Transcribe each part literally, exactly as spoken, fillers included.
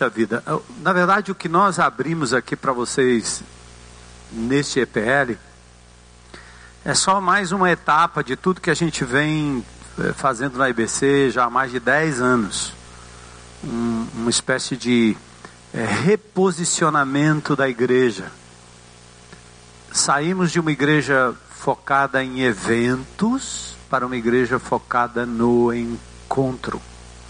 Puxa vida, na verdade o que nós abrimos aqui para vocês neste E P L é só mais uma etapa de tudo que a gente vem fazendo na I B C já há mais de dez anos. Um, uma espécie de é, reposicionamento da igreja. Saímos de uma igreja focada em eventos para uma igreja focada no encontro.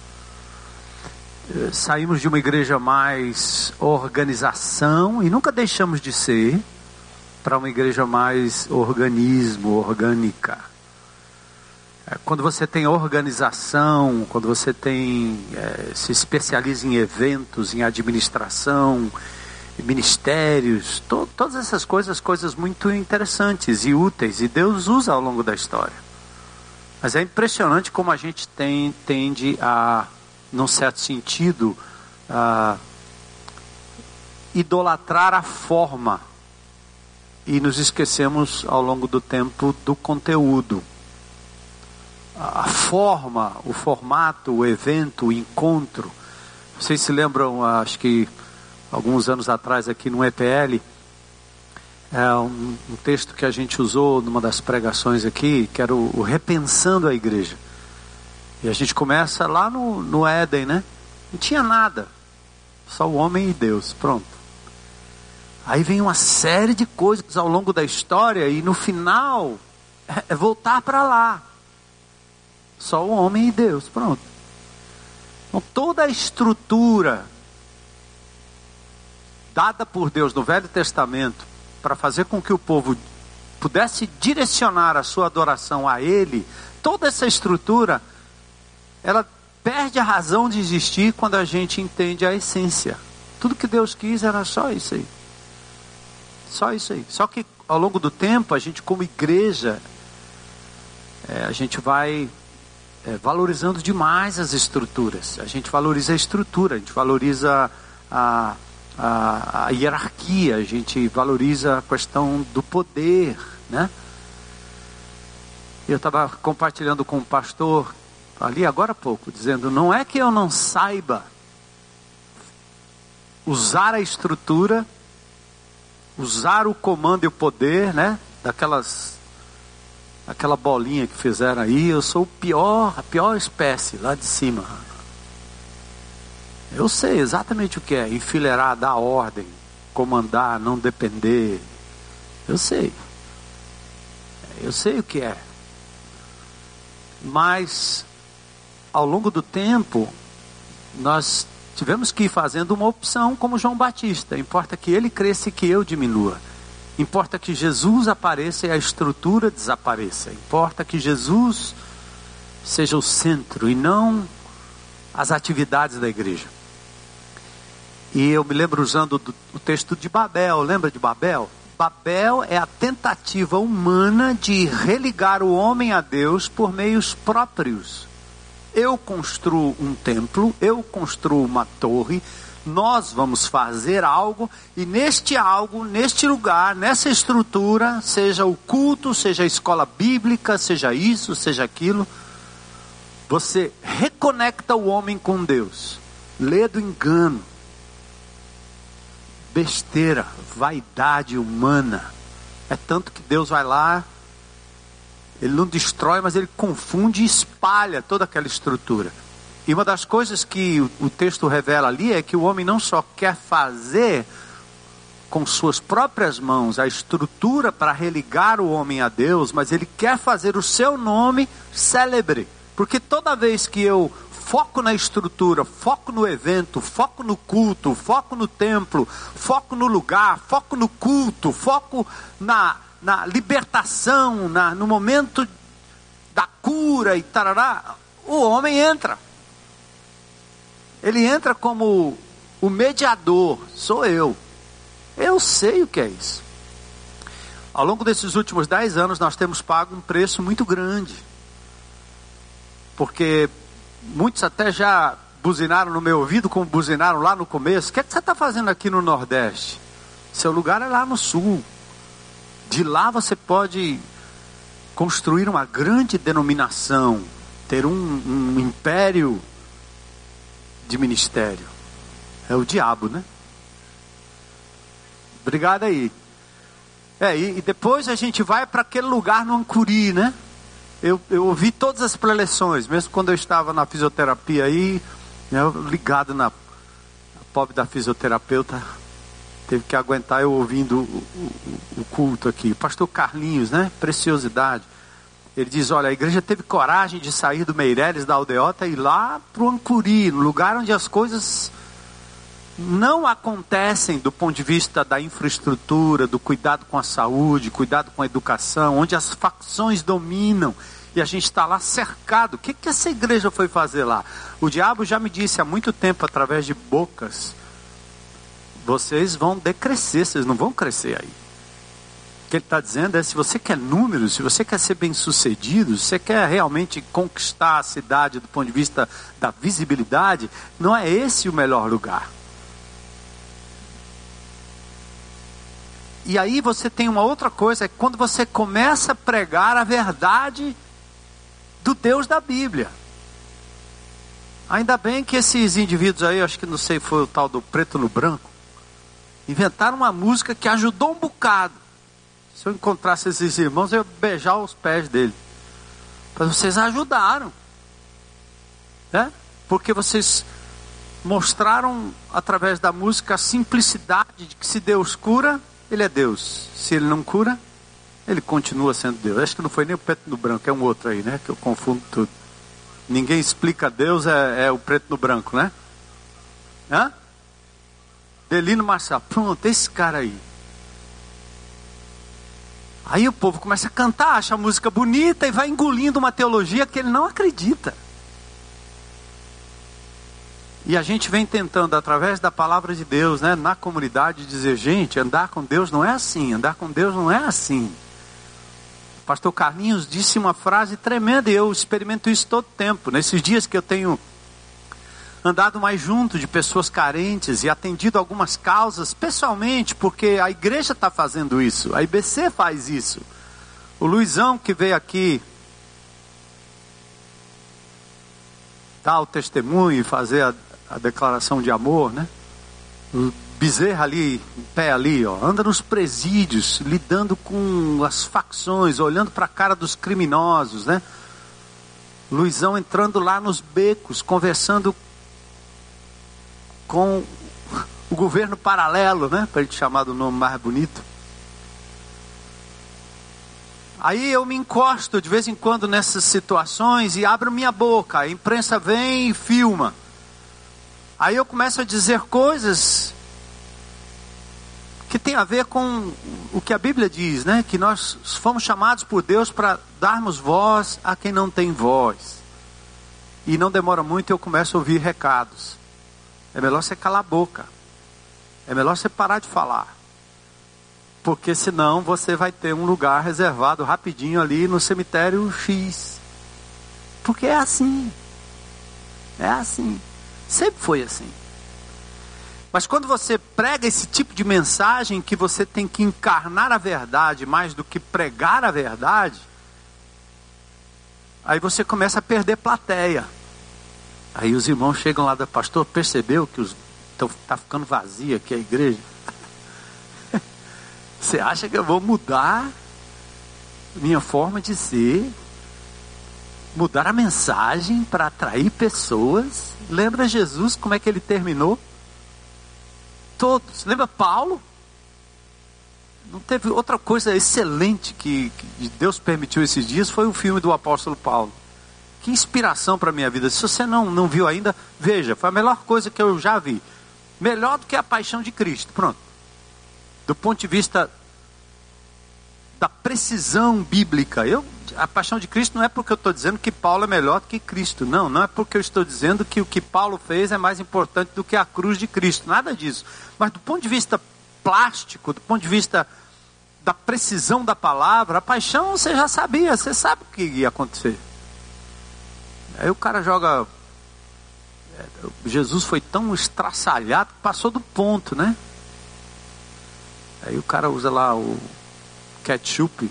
Saímos de uma igreja mais organização, e nunca deixamos de ser, para uma igreja mais organismo, orgânica. Quando você tem organização, quando você tem, é, se especializa em eventos, em administração, em ministérios, to, todas essas coisas, coisas muito interessantes e úteis, e Deus usa ao longo da história. Mas é impressionante como a gente tem, tende a, num certo sentido, a idolatrar a forma, e nos esquecemos ao longo do tempo do conteúdo. A forma, o formato, o evento, o encontro. Vocês se lembram, acho que alguns anos atrás aqui no E P L, é um, um texto que a gente usou numa das pregações aqui, que era o, o Repensando a Igreja. E a gente começa lá no, no Éden, né? Não tinha nada, só o homem e Deus, pronto. Aí vem uma série de coisas ao longo da história, e no final é, é voltar para lá. Só o homem e Deus, pronto. Então toda a estrutura dada por Deus no Velho Testamento para fazer com que o povo pudesse direcionar a sua adoração a Ele, toda essa estrutura, ela perde a razão de existir quando a gente entende a essência. Tudo que Deus quis era só isso aí. Só isso aí. Só que ao longo do tempo, a gente como igreja, é, a gente vai é, valorizando demais as estruturas. A gente valoriza a estrutura, a gente valoriza a, a, a hierarquia, a gente valoriza a questão do poder, né? Eu estava compartilhando com um pastor ali agora há pouco, dizendo, não é que eu não saiba usar a estrutura, usar o comando e o poder, né? Daquelas, aquela bolinha que fizeram aí, eu sou o pior, a pior espécie lá de cima. Eu sei exatamente o que é enfileirar, dar ordem, comandar, não depender. Eu sei. Eu sei o que é. Mas ao longo do tempo, nós tivemos que ir fazendo uma opção como João Batista. Importa que ele cresça e que eu diminua. Importa que Jesus apareça e a estrutura desapareça. Importa que Jesus seja o centro e não as atividades da igreja. E eu me lembro usando do, o texto de Babel. Lembra de Babel? Babel é a tentativa humana de religar o homem a Deus por meios próprios. Eu construo um templo, eu construo uma torre, nós vamos fazer algo, e neste algo, neste lugar, nessa estrutura, seja o culto, seja a escola bíblica, seja isso, seja aquilo, você reconecta o homem com Deus. Lê do engano, besteira, vaidade humana. É tanto que Deus vai lá, Ele não destrói, mas Ele confunde e espalha toda aquela estrutura. E uma das coisas que o texto revela ali é que o homem não só quer fazer com suas próprias mãos a estrutura para religar o homem a Deus, mas ele quer fazer o seu nome célebre. Porque toda vez que eu foco na estrutura, foco no evento, foco no culto, foco no templo, foco no lugar, foco no culto, foco na, na libertação, na, no momento da cura e tarará, o homem entra. Ele entra como o mediador, sou eu. Eu sei o que é isso. Ao longo desses últimos dez anos nós temos pago um preço muito grande. Porque muitos até já buzinaram no meu ouvido, como buzinaram lá no começo. O que é que você está fazendo aqui no Nordeste? Seu lugar é lá no Sul. De lá você pode construir uma grande denominação, ter um, um império de ministério. É o diabo, né? Obrigado aí. É, e, e depois a gente vai para aquele lugar no Ancuri, né? Eu, eu ouvi todas as preleções, mesmo quando eu estava na fisioterapia aí, né, ligado na... A pobre da fisioterapeuta teve que aguentar eu ouvindo o, o, o culto aqui. O pastor Carlinhos, né? Preciosidade. Ele diz, olha, a igreja teve coragem de sair do Meireles, da Aldeota, e ir lá para o Ancuri, no lugar onde as coisas não acontecem do ponto de vista da infraestrutura, do cuidado com a saúde, cuidado com a educação, onde as facções dominam, e a gente está lá cercado. O que, que essa igreja foi fazer lá? O diabo já me disse há muito tempo, através de bocas, vocês vão decrescer, vocês não vão crescer aí. O que ele está dizendo é, se você quer números, se você quer ser bem sucedido, se você quer realmente conquistar a cidade do ponto de vista da visibilidade, não é esse o melhor lugar. E aí você tem uma outra coisa, é quando você começa a pregar a verdade do Deus da Bíblia. Ainda bem que esses indivíduos aí, acho que não sei, foi o tal do preto no branco, inventaram uma música que ajudou um bocado. Se eu encontrasse esses irmãos, eu ia beijar os pés dele. Mas vocês ajudaram, né? Porque vocês mostraram através da música a simplicidade de que se Deus cura, Ele é Deus. Se Ele não cura, Ele continua sendo Deus. Acho que não foi nem o preto no branco, é um outro aí, né? Que eu confundo tudo. Ninguém explica Deus, é, é o preto no branco, né? Hã? Delino Marçal. Pronto, esse cara aí. Aí o povo começa a cantar, acha a música bonita e vai engolindo uma teologia que ele não acredita. E a gente vem tentando, através da palavra de Deus, né, na comunidade, dizer, gente, andar com Deus não é assim, andar com Deus não é assim. O pastor Carlinhos disse uma frase tremenda e eu experimento isso todo tempo. Nesses dias que eu tenho andado mais junto de pessoas carentes e atendido algumas causas pessoalmente, porque a igreja está fazendo isso, a I B C faz isso. O Luizão que veio aqui dar o testemunho e fazer a, a declaração de amor, né? O Bezerra ali, em pé ali, ó, anda nos presídios, lidando com as facções, olhando para a cara dos criminosos, né? Luizão entrando lá nos becos, conversando com o governo paralelo, né? Para ele chamar do nome mais bonito. Aí eu me encosto de vez em quando nessas situações e abro minha boca. A imprensa vem e filma. Aí eu começo a dizer coisas que tem a ver com o que a Bíblia diz, né? Que nós fomos chamados por Deus para darmos voz a quem não tem voz. E não demora muito e eu começo a ouvir recados. É melhor você calar a boca. É melhor você parar de falar. Porque senão você vai ter um lugar reservado rapidinho ali no cemitério X. Porque é assim. É assim. Sempre foi assim. Mas quando você prega esse tipo de mensagem que você tem que encarnar a verdade mais do que pregar a verdade, aí você começa a perder plateia. Aí os irmãos chegam lá, da pastor, percebeu que está ficando vazia aqui a igreja? Você acha que eu vou mudar minha forma de ser? Mudar a mensagem para atrair pessoas? Lembra Jesus, como é que ele terminou? Todos. Lembra Paulo? Não teve outra coisa excelente que, que Deus permitiu esses dias, foi o filme do apóstolo Paulo. Que inspiração para a minha vida. Se você não, não viu ainda, veja, foi a melhor coisa que eu já vi. Melhor do que a paixão de Cristo, pronto. Do ponto de vista da precisão bíblica. Eu, a paixão de Cristo não é porque eu estou dizendo que Paulo é melhor do que Cristo. Não, não é porque eu estou dizendo que o que Paulo fez é mais importante do que a cruz de Cristo. Nada disso. Mas do ponto de vista plástico, do ponto de vista da precisão da palavra, a paixão você já sabia, você sabe o que ia acontecer. Aí o cara joga... Jesus foi tão estraçalhado que passou do ponto, né? Aí o cara usa lá o ketchup.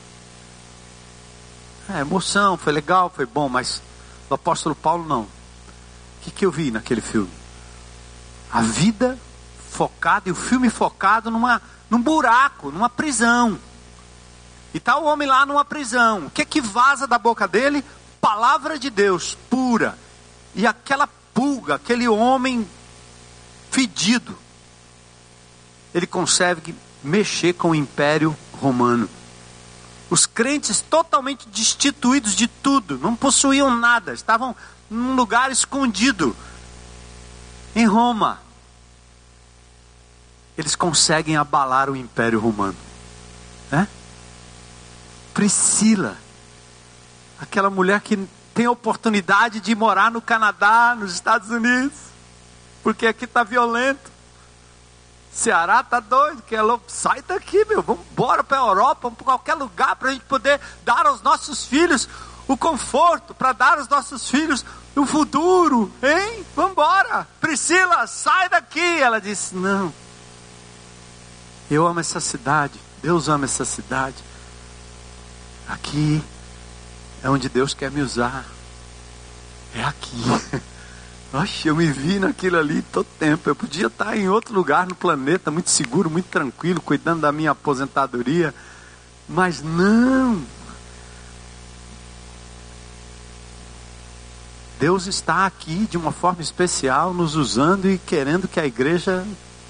É, emoção, foi legal, foi bom, mas o apóstolo Paulo não. O que, que eu vi naquele filme? A vida focada e o filme focado numa, num buraco, numa prisão. E está o homem lá numa prisão. O que é que vaza da boca dele? Palavra de Deus, pura. E aquela pulga, aquele homem fedido, ele consegue mexer com o Império Romano. Os crentes totalmente destituídos de tudo, não possuíam nada, estavam num lugar escondido, em Roma. Eles conseguem abalar o Império Romano, né? Priscila, aquela mulher que tem a oportunidade de morar no Canadá, nos Estados Unidos, porque aqui está violento. Ceará está doido, que ela sai daqui, meu, vamos embora para a Europa, vamos para qualquer lugar para a gente poder dar aos nossos filhos o conforto, para dar aos nossos filhos o futuro, hein? Vamos embora. Priscila, sai daqui. Ela disse, não, eu amo essa cidade, Deus ama essa cidade. Aqui é onde Deus quer me usar. É aqui. Oxe, eu me vi naquilo ali todo tempo. Eu podia estar em outro lugar no planeta, muito seguro, muito tranquilo, cuidando da minha aposentadoria. Mas não. Deus está aqui de uma forma especial, nos usando e querendo que a igreja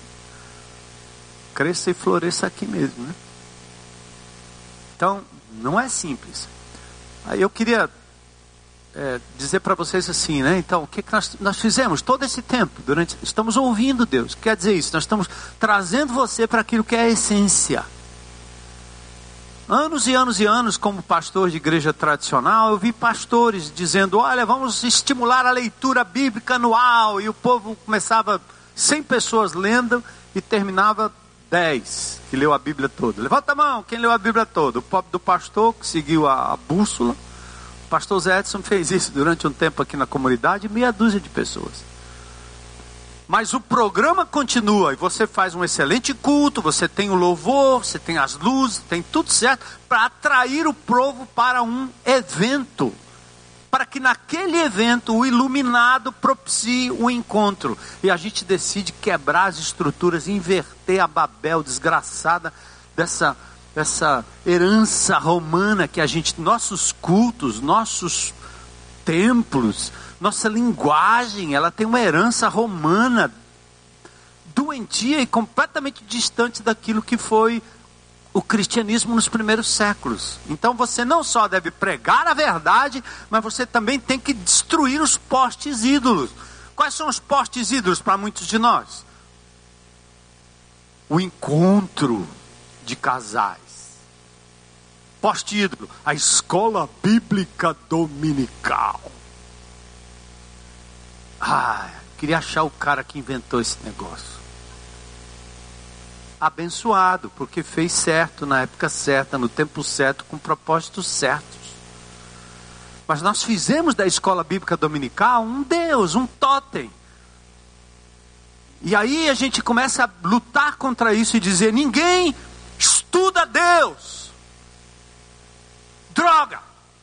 cresça e floresça aqui mesmo, né? Então, não é simples. Aí eu queria é, dizer para vocês assim, né? Então, o que, que nós, nós fizemos todo esse tempo? Durante, estamos ouvindo Deus. O que quer dizer isso? Nós estamos trazendo você para aquilo que é a essência. Anos e anos e anos, como pastor de igreja tradicional, eu vi pastores dizendo, olha, vamos estimular a leitura bíblica anual. E o povo começava cem pessoas lendo e terminava dez que leu a Bíblia toda. Levanta a mão, quem leu a Bíblia toda? O pobre do pastor que seguiu a, a bússola. O pastor Zé Edson fez isso durante um tempo aqui na comunidade, meia dúzia de pessoas. Mas o programa continua e você faz um excelente culto, você tem o louvor, você tem as luzes, tem tudo certo para atrair o povo para um evento. Para que naquele evento o iluminado propicie o encontro. E a gente decide quebrar as estruturas, inverter a Babel desgraçada dessa, dessa herança romana que a gente, nossos cultos, nossos templos, nossa linguagem, ela tem uma herança romana, doentia e completamente distante daquilo que foi o cristianismo nos primeiros séculos. Então você não só deve pregar a verdade, mas você também tem que destruir os postes ídolos. Quais são os postes ídolos para muitos de nós? O encontro de casais. Poste ídolo, a escola bíblica dominical. Ah, queria achar o cara que inventou esse negócio. Abençoado, porque fez certo, na época certa, no tempo certo, com propósitos certos. Mas nós fizemos da escola bíblica dominical um Deus, um totem. E aí a gente começa a lutar contra isso e dizer, ninguém estuda Deus. Droga!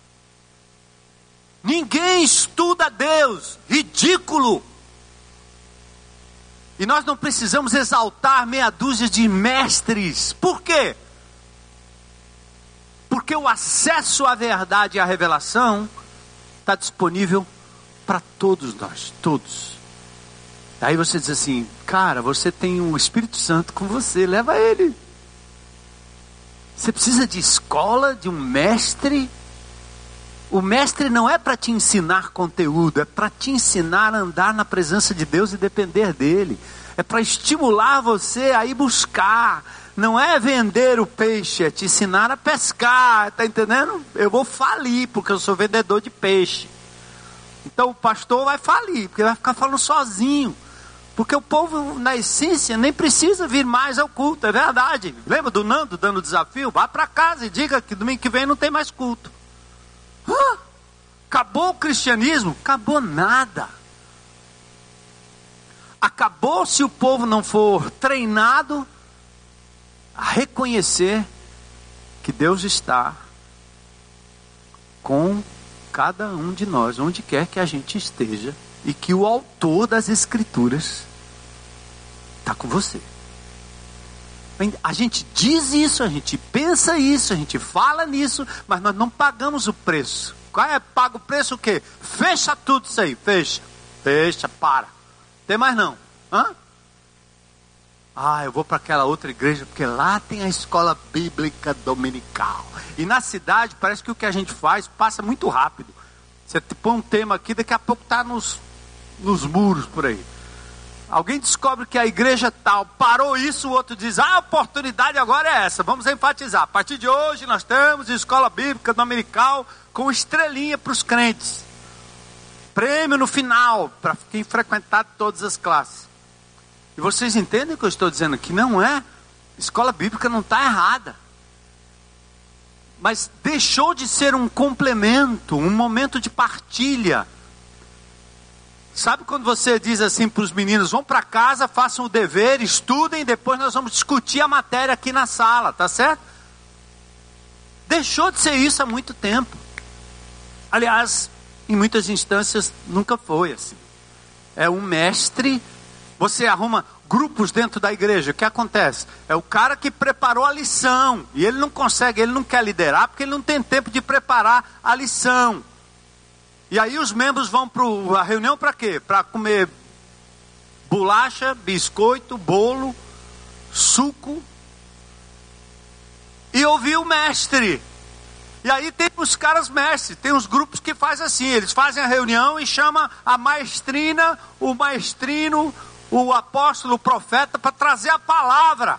Ninguém estuda Deus. Ridículo! E nós não precisamos exaltar meia dúzia de mestres. Por quê? Porque o acesso à verdade e à revelação está disponível para todos nós, todos. Aí você diz assim, cara, você tem o Espírito Santo com você, leva ele. Você precisa de escola, de um mestre. O mestre não é para te ensinar conteúdo, é para te ensinar a andar na presença de Deus e depender dele. É para estimular você a ir buscar. Não é vender o peixe, é te ensinar a pescar. Está entendendo? Eu vou falir porque eu sou vendedor de peixe. Então o pastor vai falir, porque vai ficar falando sozinho. Porque o povo, na essência, nem precisa vir mais ao culto, é verdade. Lembra do Nando dando desafio? Vá para casa e diga que domingo que vem não tem mais culto. Hã? Acabou o cristianismo? Acabou nada. Acabou se o povo não for treinado a reconhecer que Deus está com cada um de nós, onde quer que a gente esteja, e que o autor das Escrituras está com você. A gente diz isso, a gente pensa isso, a gente fala nisso, mas nós não pagamos o preço. Qual é? Paga o preço o quê? Fecha tudo isso aí, fecha. Fecha, para. Tem mais não. Hã? Ah, eu vou para aquela outra igreja, porque lá tem a escola bíblica dominical. E na cidade, parece que o que a gente faz passa muito rápido. Você põe um tema aqui, daqui a pouco está nos, nos muros por aí. Alguém descobre que a igreja tal parou isso, o outro diz, ah, a oportunidade agora é essa, vamos enfatizar. A partir de hoje nós temos escola bíblica dominical com estrelinha para os crentes. Prêmio no final, para quem frequentar todas as classes. E vocês entendem o que eu estou dizendo aqui? Não é, escola bíblica não está errada. Mas deixou de ser um complemento, um momento de partilha. Sabe quando você diz assim para os meninos, vão para casa, façam o dever, estudem, depois nós vamos discutir a matéria aqui na sala, tá certo? Deixou de ser isso há muito tempo. Aliás, em muitas instâncias nunca foi assim. É um mestre, você arruma grupos dentro da igreja, o que acontece? É o cara que preparou a lição, e ele não consegue, ele não quer liderar, porque ele não tem tempo de preparar a lição. E aí os membros vão para a reunião para quê? Para comer bolacha, biscoito, bolo, suco e ouvir o mestre. E aí tem os caras mestres, tem os grupos que fazem assim, eles fazem a reunião e chamam a maestrina, o maestrino, o apóstolo, o profeta para trazer a palavra.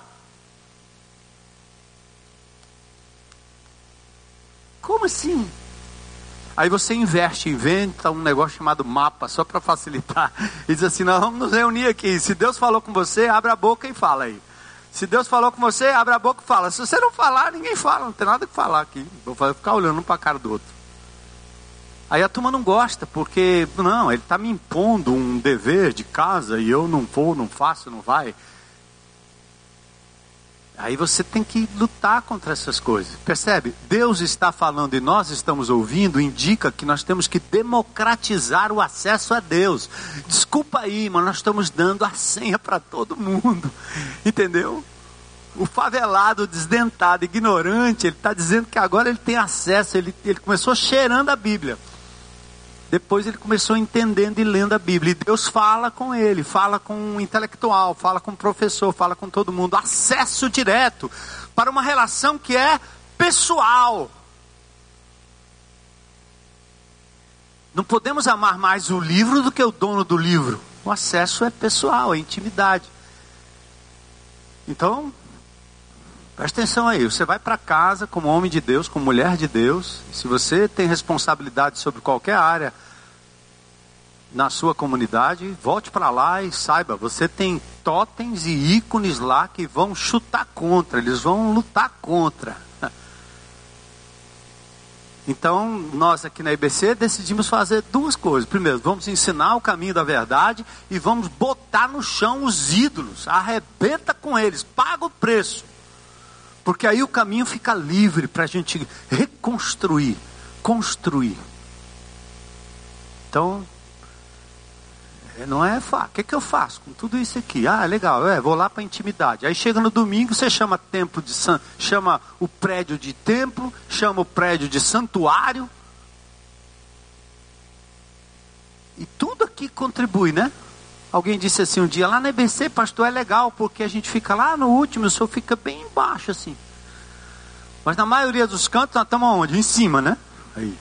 Como assim? Aí você investe, inventa um negócio chamado mapa, só para facilitar. E diz assim, nós vamos nos reunir aqui. Se Deus falou com você, abre a boca e fala aí. Se Deus falou com você, abre a boca e fala. Se você não falar, ninguém fala. Não tem nada que falar aqui. Vou ficar olhando um para a cara do outro. Aí a turma não gosta, porque, não, ele está me impondo um dever de casa e eu não vou, não faço, não vai. Aí você tem que lutar contra essas coisas, percebe? Deus está falando e nós estamos ouvindo, indica que nós temos que democratizar o acesso a Deus. Desculpa aí, mas nós estamos dando a senha para todo mundo, entendeu? O favelado, desdentado, ignorante, ele está dizendo que agora ele tem acesso, ele, ele começou cheirando a Bíblia. Depois ele começou entendendo e lendo a Bíblia. E Deus fala com ele, fala com o intelectual, fala com o professor, fala com todo mundo. Acesso direto para uma relação que é pessoal. Não podemos amar mais o livro do que o dono do livro. O acesso é pessoal, é intimidade. Então, presta atenção aí. Você vai para casa como homem de Deus, como mulher de Deus. Se você tem responsabilidade sobre qualquer área na sua comunidade, volte para lá e saiba, você tem totens e ícones lá que vão chutar contra, eles vão lutar contra. Então, nós aqui na I B C decidimos fazer duas coisas. Primeiro, vamos ensinar o caminho da verdade e vamos botar no chão os ídolos, arrebenta com eles, paga o preço. Porque aí o caminho fica livre para a gente reconstruir, construir. Então, não é fácil. O que, que eu faço com tudo isso aqui? Ah, legal, é, vou lá para a intimidade. Aí chega no domingo, você chama templo de san... chama o prédio de templo, chama o prédio de santuário. E tudo aqui contribui, né? Alguém disse assim um dia, lá na I B C, pastor, é legal, porque a gente fica lá no último, o senhor fica bem embaixo assim. Mas na maioria dos cantos nós estamos onde? Em cima, né? Aí.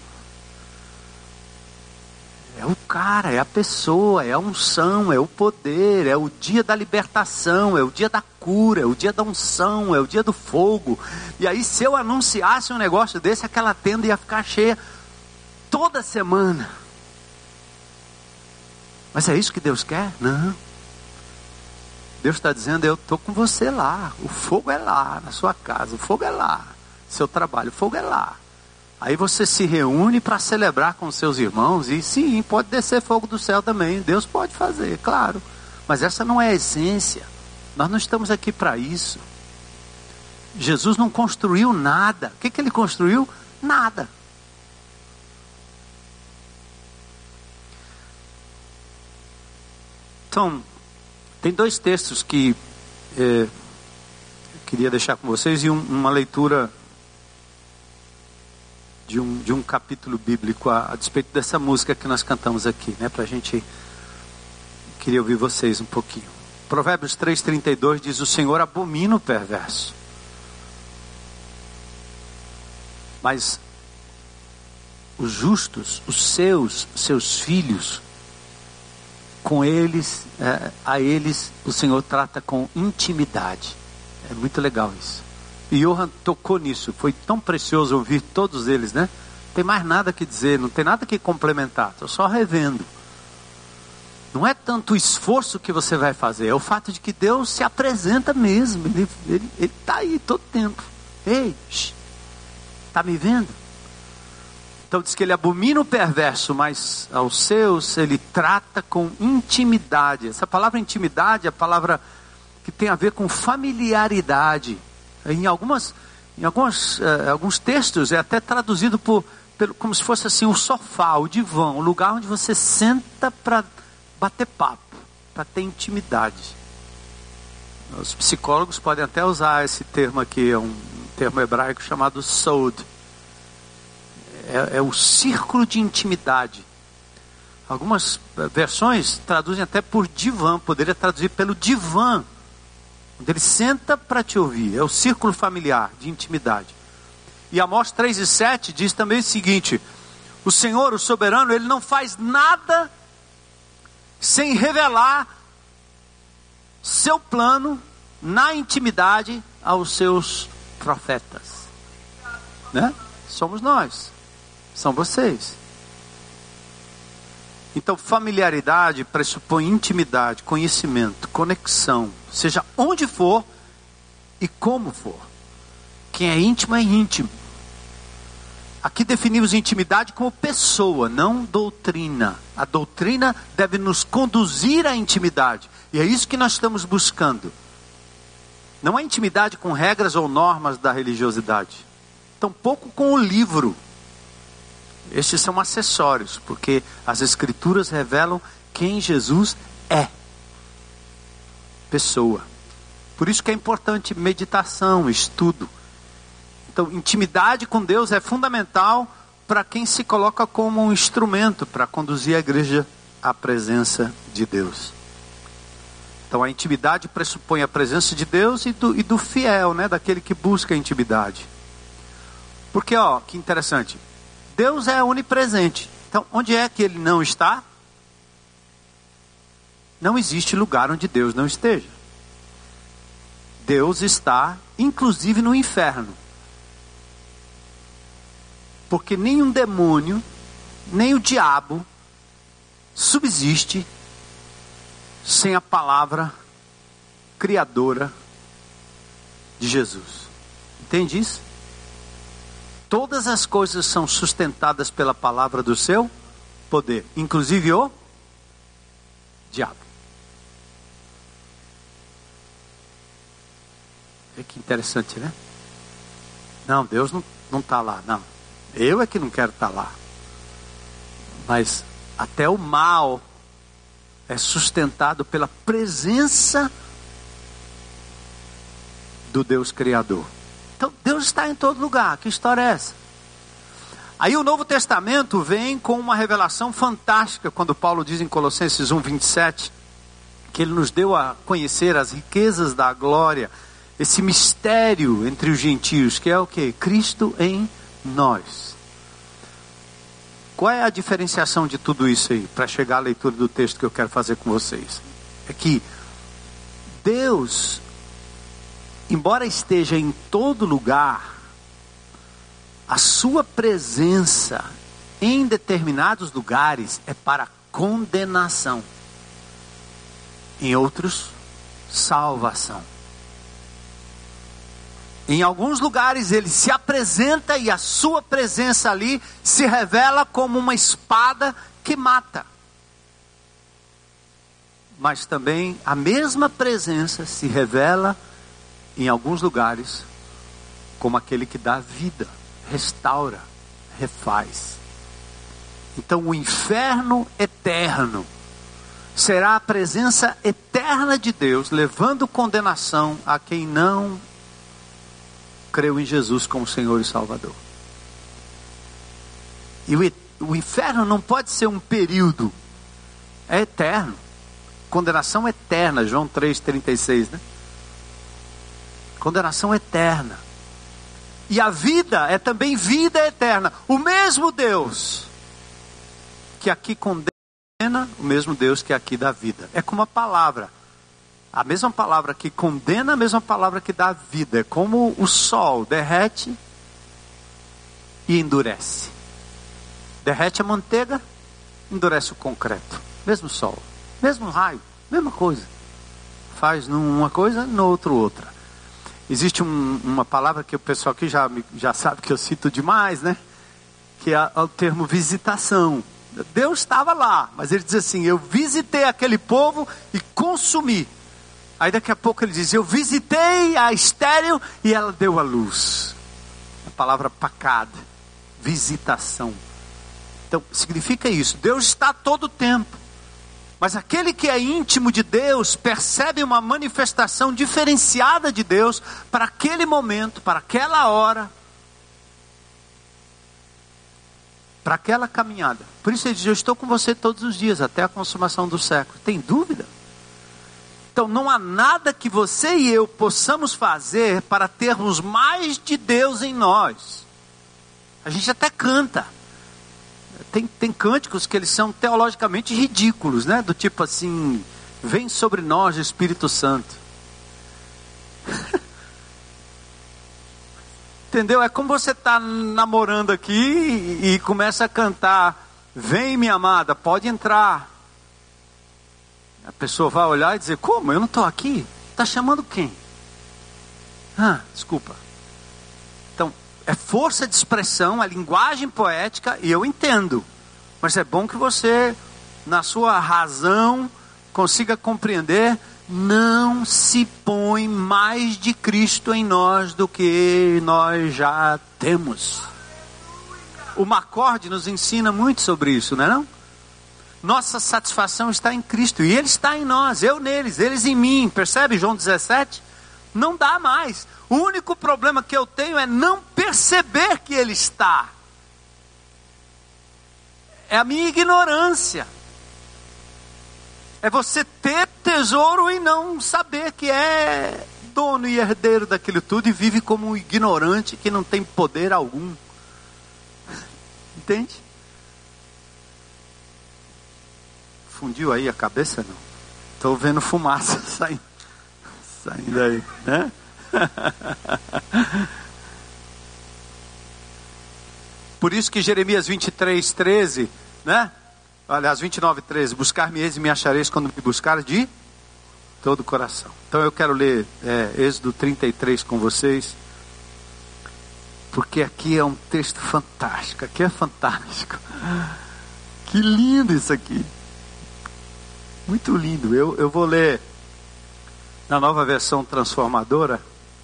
É o cara, é a pessoa, é a unção, é o poder, é o dia da libertação, é o dia da cura, é o dia da unção, é o dia do fogo. E aí se eu anunciasse um negócio desse, aquela tenda ia ficar cheia toda semana. Mas é isso que Deus quer? Não. Deus está dizendo, eu estou com você lá. O fogo é lá, na sua casa. O fogo é lá. Seu trabalho, o fogo é lá. Aí você se reúne para celebrar com seus irmãos. E sim, pode descer fogo do céu também. Deus pode fazer, claro. Mas essa não é a essência. Nós não estamos aqui para isso. Jesus não construiu nada. O que, que ele construiu? Nada. Então, Tem dois textos que é, eu queria deixar com vocês e um, uma leitura de um, de um capítulo bíblico a, a despeito dessa música que nós cantamos aqui, né? Para a gente, queria ouvir vocês um pouquinho. Provérbios três, trinta e dois diz: o Senhor abomina o perverso, mas os justos, os seus, seus filhos, com eles, é, a eles o Senhor trata com intimidade. É muito legal isso. E Johan tocou nisso, foi tão precioso ouvir todos eles, né? Não tem mais nada que dizer, não tem nada que complementar, estou só revendo. Não é tanto o esforço que você vai fazer, é o fato de que Deus se apresenta mesmo, Ele está ele, ele tá aí todo tempo. Ei, está me vendo? Então diz que Ele abomina o perverso, mas aos seus Ele trata com intimidade. Essa palavra intimidade é a palavra que tem a ver com familiaridade. Em, algumas, em algumas, uh, alguns textos é até traduzido por, pelo, como se fosse assim, o sofá, o divã, o lugar onde você senta para bater papo, para ter intimidade. Os psicólogos podem até usar esse termo aqui, é um termo hebraico chamado sod. É, é o círculo de intimidade. Algumas versões traduzem até por divã, poderia traduzir pelo divã, onde ele senta para te ouvir. É o círculo familiar de intimidade. E Amós três e sete diz também o seguinte: o Senhor, o soberano, Ele não faz nada sem revelar seu plano na intimidade aos seus profetas, né? Somos nós, são vocês. Então familiaridade pressupõe intimidade, conhecimento, conexão, seja onde for e como for. Quem é íntimo é íntimo. Aqui definimos intimidade como pessoa, não doutrina. A doutrina deve nos conduzir à intimidade, e é isso que nós estamos buscando. Não é intimidade com regras ou normas da religiosidade, tampouco com o livro. Estes são acessórios, porque as Escrituras revelam quem Jesus é. Pessoa. Por isso que é importante meditação, estudo. Então, intimidade com Deus é fundamental para quem se coloca como um instrumento para conduzir a igreja à presença de Deus. Então, a intimidade pressupõe a presença de Deus e do, e do fiel, né? Daquele que busca a intimidade. Porque, ó, que interessante. Deus é onipresente. Então, onde é que Ele não está? Não existe lugar onde Deus não esteja. Deus está, inclusive, no inferno. Porque nenhum demônio, nem o diabo, subsiste sem a palavra criadora de Jesus. Entende isso? Todas as coisas são sustentadas pela palavra do seu poder, inclusive o diabo. É que interessante, né? Não, Deus não não está lá, não. Eu é que não quero estar lá. Mas até o mal é sustentado pela presença do Deus Criador. Então Deus está em todo lugar. Que história é essa? Aí o Novo Testamento vem com uma revelação fantástica, quando Paulo diz em Colossenses um, vinte e sete, que Ele nos deu a conhecer as riquezas da glória, esse mistério entre os gentios, que é o quê? Cristo em nós. Qual é a diferenciação de tudo isso aí, para chegar à leitura do texto que eu quero fazer com vocês? É que Deus, embora esteja em todo lugar, a sua presença em determinados lugares é para condenação, em outros, salvação. Em alguns lugares Ele se apresenta e a sua presença ali se revela como uma espada que mata. Mas também a mesma presença se revela em alguns lugares como aquele que dá vida, restaura, refaz. Então o inferno eterno será a presença eterna de Deus, levando condenação a quem não creu em Jesus como Senhor e Salvador. E o, o inferno não pode ser um período, é eterno. Condenação eterna, João três, trinta e seis, né? Condenação eterna. E a vida é também vida eterna. O mesmo Deus que aqui condena, o mesmo Deus que aqui dá vida. É como a palavra. A mesma palavra que condena, a mesma palavra que dá vida. É como o sol derrete e endurece. Derrete a manteiga, endurece o concreto. Mesmo sol, mesmo raio, mesma coisa. Faz numa coisa, no outro outra. Existe um, uma palavra que o pessoal aqui já, já sabe que eu cito demais, né? Que é o termo visitação. Deus estava lá, mas ele diz assim: eu visitei aquele povo e consumi. Aí daqui a pouco ele diz: eu visitei a estéril e ela deu a luz. A palavra pacad, visitação. Então significa isso, Deus está todo o tempo. Mas aquele que é íntimo de Deus percebe uma manifestação diferenciada de Deus para aquele momento, para aquela hora, para aquela caminhada. Por isso ele diz: eu estou com você todos os dias, até a consumação do século. Tem dúvida? Então não há nada que você e eu possamos fazer para termos mais de Deus em nós. A gente até canta. Tem, tem cânticos que eles são teologicamente ridículos, né? Do tipo assim: vem sobre nós o Espírito Santo. Entendeu? É como você está namorando aqui e, e começa a cantar: vem minha amada, pode entrar. A pessoa vai olhar e dizer: como? Eu não estou aqui? Está chamando quem? Ah, desculpa. Então, é força de expressão, a linguagem poética, e eu entendo. Mas é bom que você, na sua razão, consiga compreender: não se põe mais de Cristo em nós do que nós já temos. O Macorde nos ensina muito sobre isso, não é não? Nossa satisfação está em Cristo, e Ele está em nós, eu neles, eles em mim. Percebe João dezessete? Não dá mais. O único problema que eu tenho é não perceber que Ele está. É a minha ignorância. É você ter tesouro e não saber que é dono e herdeiro daquilo tudo e vive como um ignorante que não tem poder algum. Entende? Fundiu aí a cabeça? Não. Estou vendo fumaça saindo, saindo aí, né? Por isso que Jeremias vinte e três, treze, né? Aliás, vinte e nove, treze: buscar-me-eis e me achareis quando me buscar de todo o coração. Então eu quero ler é, Êxodo trinta e três com vocês, porque aqui é um texto fantástico. Aqui é fantástico. Que lindo isso aqui. Muito lindo. Eu, eu vou ler na nova versão transformadora.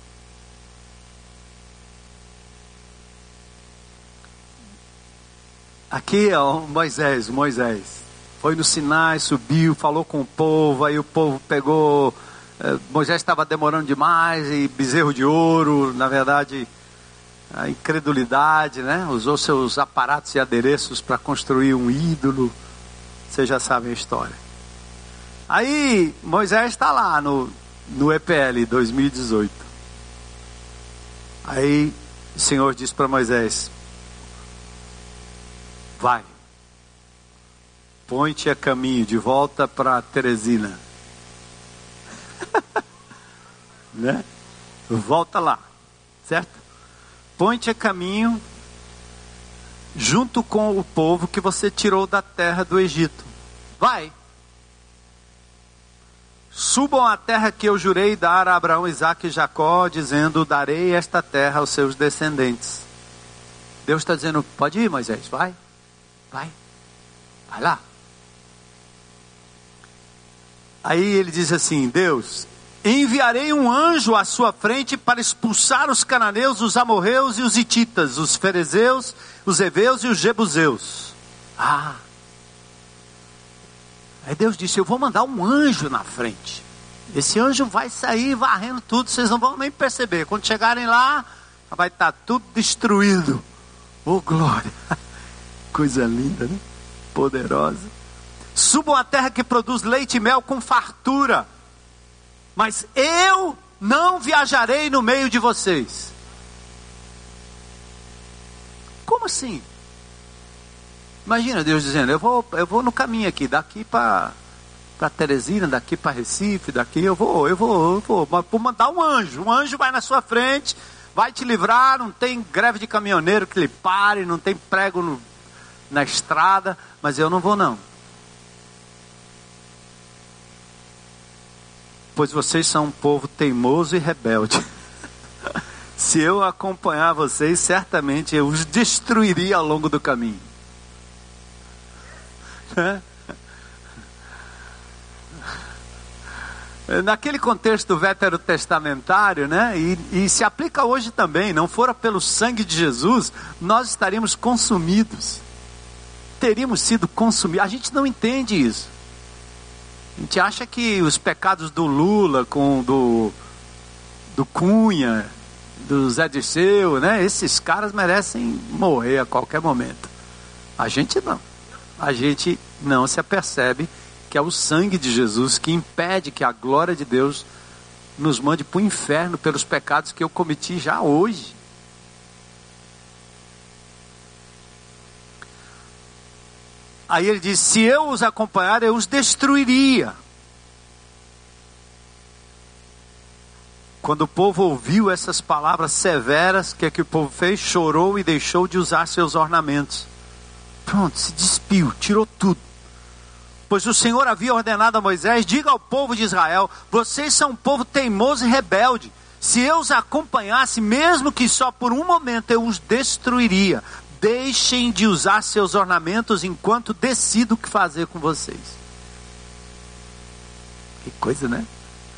Aqui é o Moisés, Moisés foi no Sinai, subiu, falou com o povo, aí o povo pegou, eh, Moisés estava demorando demais, e bezerro de ouro, na verdade, a incredulidade, né? Usou seus aparatos e adereços para construir um ídolo. Vocês já sabem a história. Aí Moisés está lá no, no E P L dois mil e dezoito. Aí o Senhor disse para Moisés: vai, põe-te a caminho de volta para Teresina. Né? Volta lá, certo? Põe-te a caminho junto com o povo que você tirou da terra do Egito. Vai. Subam à terra que eu jurei dar a Abraão, Isaque e Jacó, dizendo: darei esta terra aos seus descendentes. Deus está dizendo: pode ir, Moisés, vai. Vai, vai lá. Aí ele diz assim: Deus, enviarei um anjo à sua frente para expulsar os cananeus, os amorreus e os hititas, os ferezeus, os heveus e os jebuseus. Ah, Aí Deus disse: eu vou mandar um anjo na frente. Esse anjo vai sair varrendo tudo, vocês não vão nem perceber. Quando chegarem lá, vai estar tudo destruído. Oh, glória! Coisa linda, né? Poderosa. Subam à terra que produz leite e mel com fartura. Mas eu não viajarei no meio de vocês. Como assim? Imagina Deus dizendo: eu vou, eu vou no caminho aqui, daqui para para Teresina, daqui para Recife, daqui eu vou, eu vou, eu vou, vou mandar um anjo. Um anjo vai na sua frente, vai te livrar. Não tem greve de caminhoneiro que lhe pare, não tem prego no, na estrada, mas eu não vou não. Pois vocês são um povo teimoso e rebelde. Se eu acompanhar vocês, certamente eu os destruiria ao longo do caminho. Naquele contexto veterotestamentário, né? E, e se aplica hoje também. Não fora pelo sangue de Jesus, nós estaríamos consumidos. Teríamos sido consumidos. A gente não entende isso. A gente acha que os pecados do Lula, com do, do Cunha, do Zé Dirceu, né? Esses caras merecem morrer a qualquer momento. A gente não. A gente não se apercebe que é o sangue de Jesus que impede que a glória de Deus nos mande para o inferno pelos pecados que eu cometi já hoje. Aí ele diz: se eu os acompanhar, eu os destruiria. Quando o povo ouviu essas palavras severas, o que é que o povo fez? Chorou e deixou de usar seus ornamentos. Pronto, se despiu, tirou tudo. Pois o Senhor havia ordenado a Moisés: diga ao povo de Israel: vocês são um povo teimoso e rebelde. Se eu os acompanhasse, mesmo que só por um momento, eu os destruiria. Deixem de usar seus ornamentos enquanto decido o que fazer com vocês. Que coisa, né?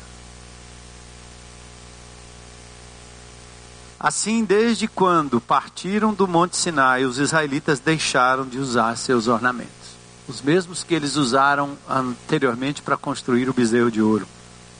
Assim, desde quando partiram do Monte Sinai, os israelitas deixaram de usar seus ornamentos. Os mesmos que eles usaram anteriormente para construir o bezerro de ouro.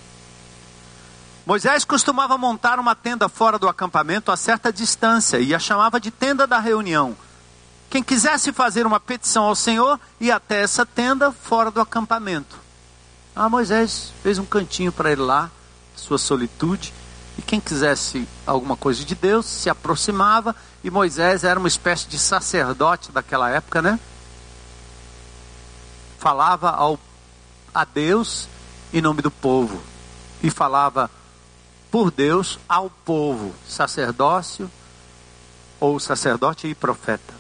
Moisés costumava montar uma tenda fora do acampamento a certa distância e a chamava de tenda da reunião. Quem quisesse fazer uma petição ao Senhor ia até essa tenda fora do acampamento. Ah, Moisés fez um cantinho para ele lá, sua solitude. E quem quisesse alguma coisa de Deus se aproximava. E Moisés era uma espécie de sacerdote daquela época, né? Falava ao, a Deus em nome do povo. E falava por Deus ao povo. Sacerdócio, ou sacerdote e profeta.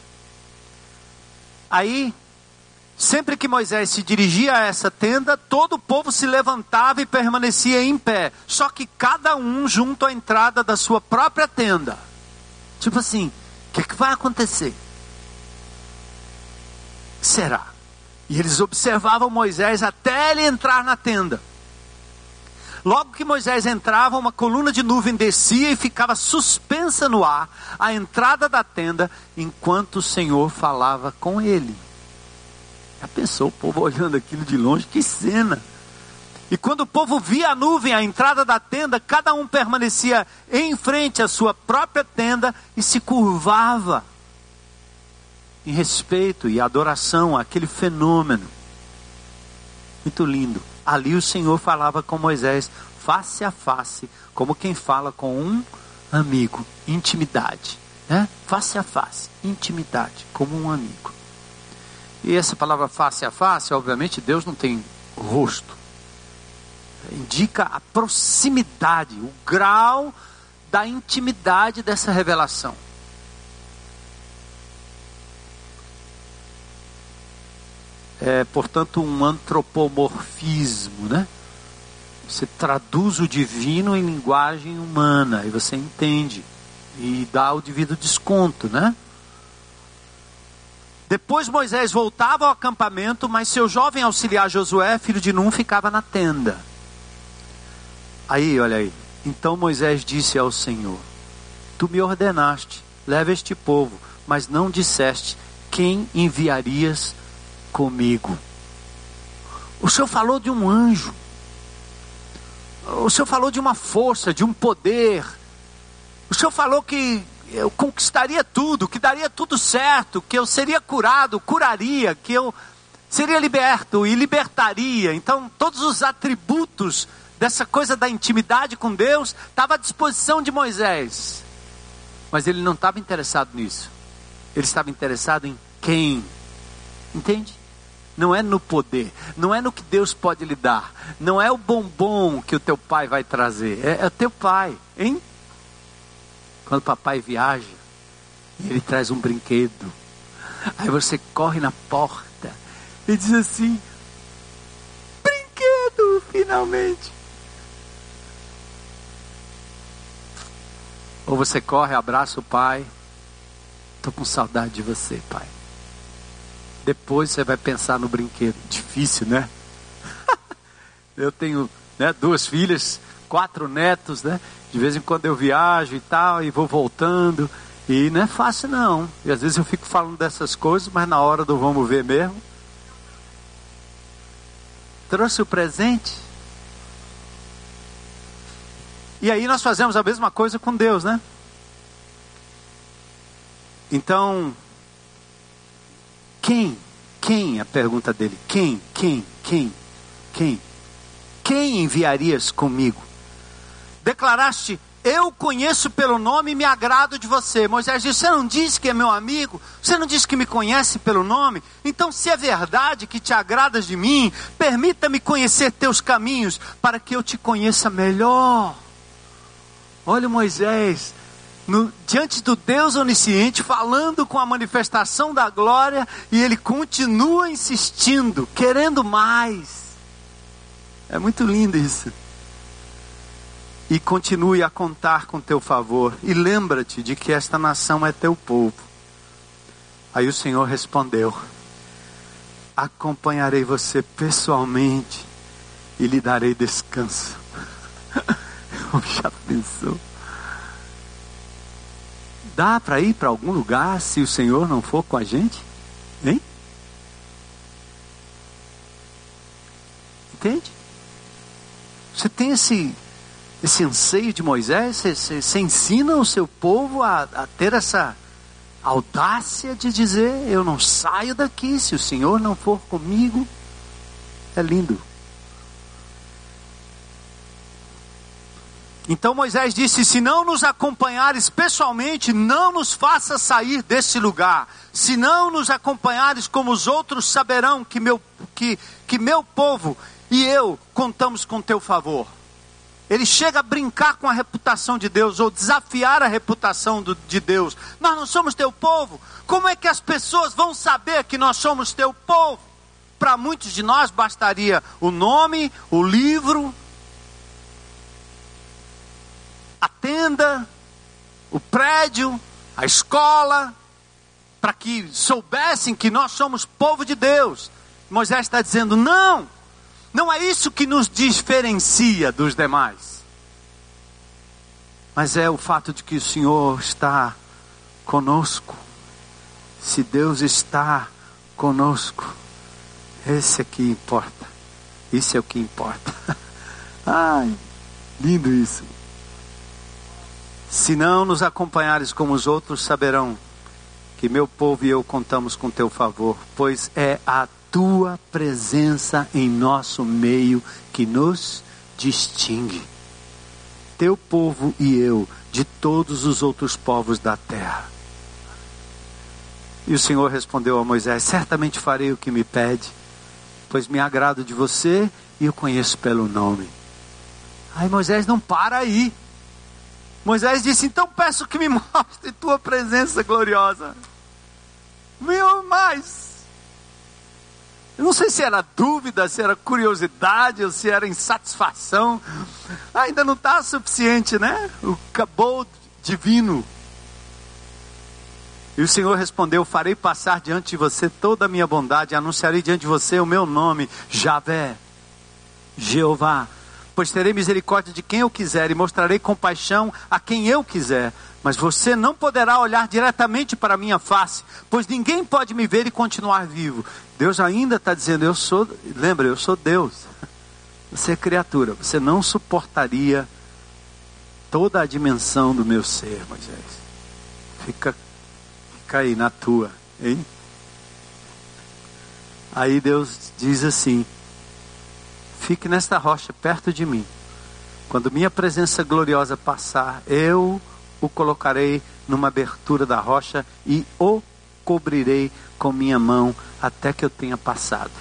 Aí, sempre que Moisés se dirigia a essa tenda, todo o povo se levantava e permanecia em pé. Só que cada um junto à entrada da sua própria tenda. Tipo assim, o que, é que vai acontecer? Será? E eles observavam Moisés até ele entrar na tenda. Logo que Moisés entrava, uma coluna de nuvem descia e ficava suspensa no ar, à entrada da tenda, enquanto o Senhor falava com ele. Já pensou o povo olhando aquilo de longe? Que cena! E quando o povo via a nuvem à entrada da tenda, cada um permanecia em frente à sua própria tenda e se curvava em respeito e adoração àquele fenômeno. Muito lindo. Ali o Senhor falava com Moisés face a face, como quem fala com um amigo. Intimidade, né? Face a face, intimidade, como um amigo. E essa palavra face a face, obviamente Deus não tem rosto. Indica a proximidade, o grau da intimidade dessa revelação. É, portanto, um antropomorfismo, né? Você traduz o divino em linguagem humana, e você entende, e dá o devido desconto, né? Depois Moisés voltava ao acampamento, mas seu jovem auxiliar Josué, filho de Num, ficava na tenda. Aí, olha aí. Então Moisés disse ao Senhor: tu me ordenaste, leva este povo, mas não disseste quem enviarias comigo. O Senhor falou de um anjo. O Senhor falou de uma força, de um poder. O Senhor falou que eu conquistaria tudo, que daria tudo certo, que eu seria curado, curaria, que eu seria liberto e libertaria. Então todos os atributos dessa coisa da intimidade com Deus estavam à disposição de Moisés. Mas ele não estava interessado nisso. Ele estava interessado em quem? Entende? Não é no poder, não é no que Deus pode lhe dar, não é o bombom que o teu pai vai trazer, é, é o teu pai, hein? Quando o papai viaja, ele traz um brinquedo, aí você corre na porta e diz assim: brinquedo, finalmente. Ou você corre, abraça o pai: estou com saudade de você, pai. Depois você vai pensar no brinquedo. Difícil, né? Eu tenho, né, duas filhas, quatro netos, né? De vez em quando eu viajo e tal, e vou voltando. E não é fácil não. E às vezes eu fico falando dessas coisas, mas na hora do vamos ver mesmo. Trouxe o presente. E aí nós fazemos a mesma coisa com Deus, né? Então... Quem? Quem? A pergunta dele. Quem? Quem? Quem? Quem? Quem enviarias comigo? Declaraste: eu conheço pelo nome e me agrado de você. Moisés disse: você não disse que é meu amigo? Você não disse que me conhece pelo nome? Então, se é verdade que te agradas de mim, permita-me conhecer teus caminhos, para que eu te conheça melhor. Olha o Moisés... No, diante do Deus onisciente, falando com a manifestação da glória, e ele continua insistindo, querendo mais. É muito lindo isso. E continue a contar com teu favor, e lembra-te de que esta nação é teu povo. Aí o Senhor respondeu: acompanharei você pessoalmente e lhe darei descanso. Já pensou? Dá para ir para algum lugar se o Senhor não for com a gente? Hein? Entende? Você tem esse, esse anseio de Moisés? Você, você, você ensina o seu povo a, a ter essa audácia de dizer: eu não saio daqui se o Senhor não for comigo. É lindo. Então Moisés disse: se não nos acompanhares pessoalmente, não nos faça sair desse lugar. Se não nos acompanhares, como os outros saberão que meu, que, que meu povo e eu contamos com teu favor. Ele chega a brincar com a reputação de Deus, ou desafiar a reputação do, de Deus. Nós não somos teu povo. Como é que as pessoas vão saber que nós somos teu povo? Para muitos de nós bastaria o nome, o livro, a tenda, o prédio, a escola, para que soubessem que nós somos povo de Deus. Moisés está dizendo: não, não é isso que nos diferencia dos demais, mas é o fato de que o Senhor está conosco. Se Deus está conosco, esse é que importa, isso é o que importa. Ai, lindo isso. Se não nos acompanhares como os outros, saberão que meu povo e eu contamos com teu favor, pois é a tua presença em nosso meio que nos distingue. Teu povo e eu de todos os outros povos da terra. E o Senhor respondeu a Moisés: certamente farei o que me pede, pois me agrado de você e eu conheço pelo nome. Aí Moisés não para aí. Moisés disse: então peço que me mostre tua presença gloriosa. Meu, mais. Eu não sei se era dúvida, se era curiosidade, ou se era insatisfação. Ainda não está suficiente, né? O cabou divino. E o Senhor respondeu: farei passar diante de você toda a minha bondade, anunciarei diante de você o meu nome, Javé, Jeová. pois terei misericórdia de quem eu quiser e mostrarei compaixão a quem eu quiser. Mas você não poderá olhar diretamente para a minha face, pois ninguém pode me ver e continuar vivo. Deus ainda está dizendo, eu sou, lembra, eu sou Deus. Você é criatura, você não suportaria toda a dimensão do meu ser, Moisés. Fica, fica aí na tua, hein? Aí Deus diz assim, fique nesta rocha perto de mim. Quando minha presença gloriosa passar, eu o colocarei numa abertura da rocha e o cobrirei com minha mão até que eu tenha passado.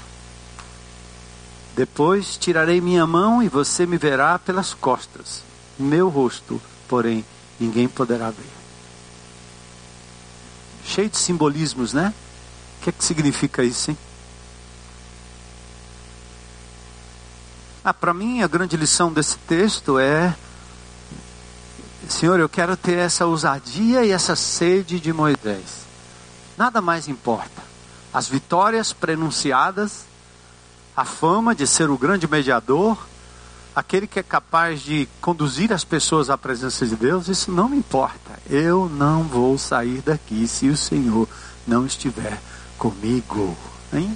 Depois tirarei minha mão e você me verá pelas costas. Meu rosto, porém, ninguém poderá ver. Cheio de simbolismos, né? O que é que significa isso, hein? Ah, para mim, a grande lição desse texto é: Senhor, eu quero ter essa ousadia e essa sede de Moisés. Nada mais importa. As vitórias prenunciadas, a fama de ser o grande mediador, aquele que é capaz de conduzir as pessoas à presença de Deus, isso não me importa. Eu não vou sair daqui se o Senhor não estiver comigo. Hein?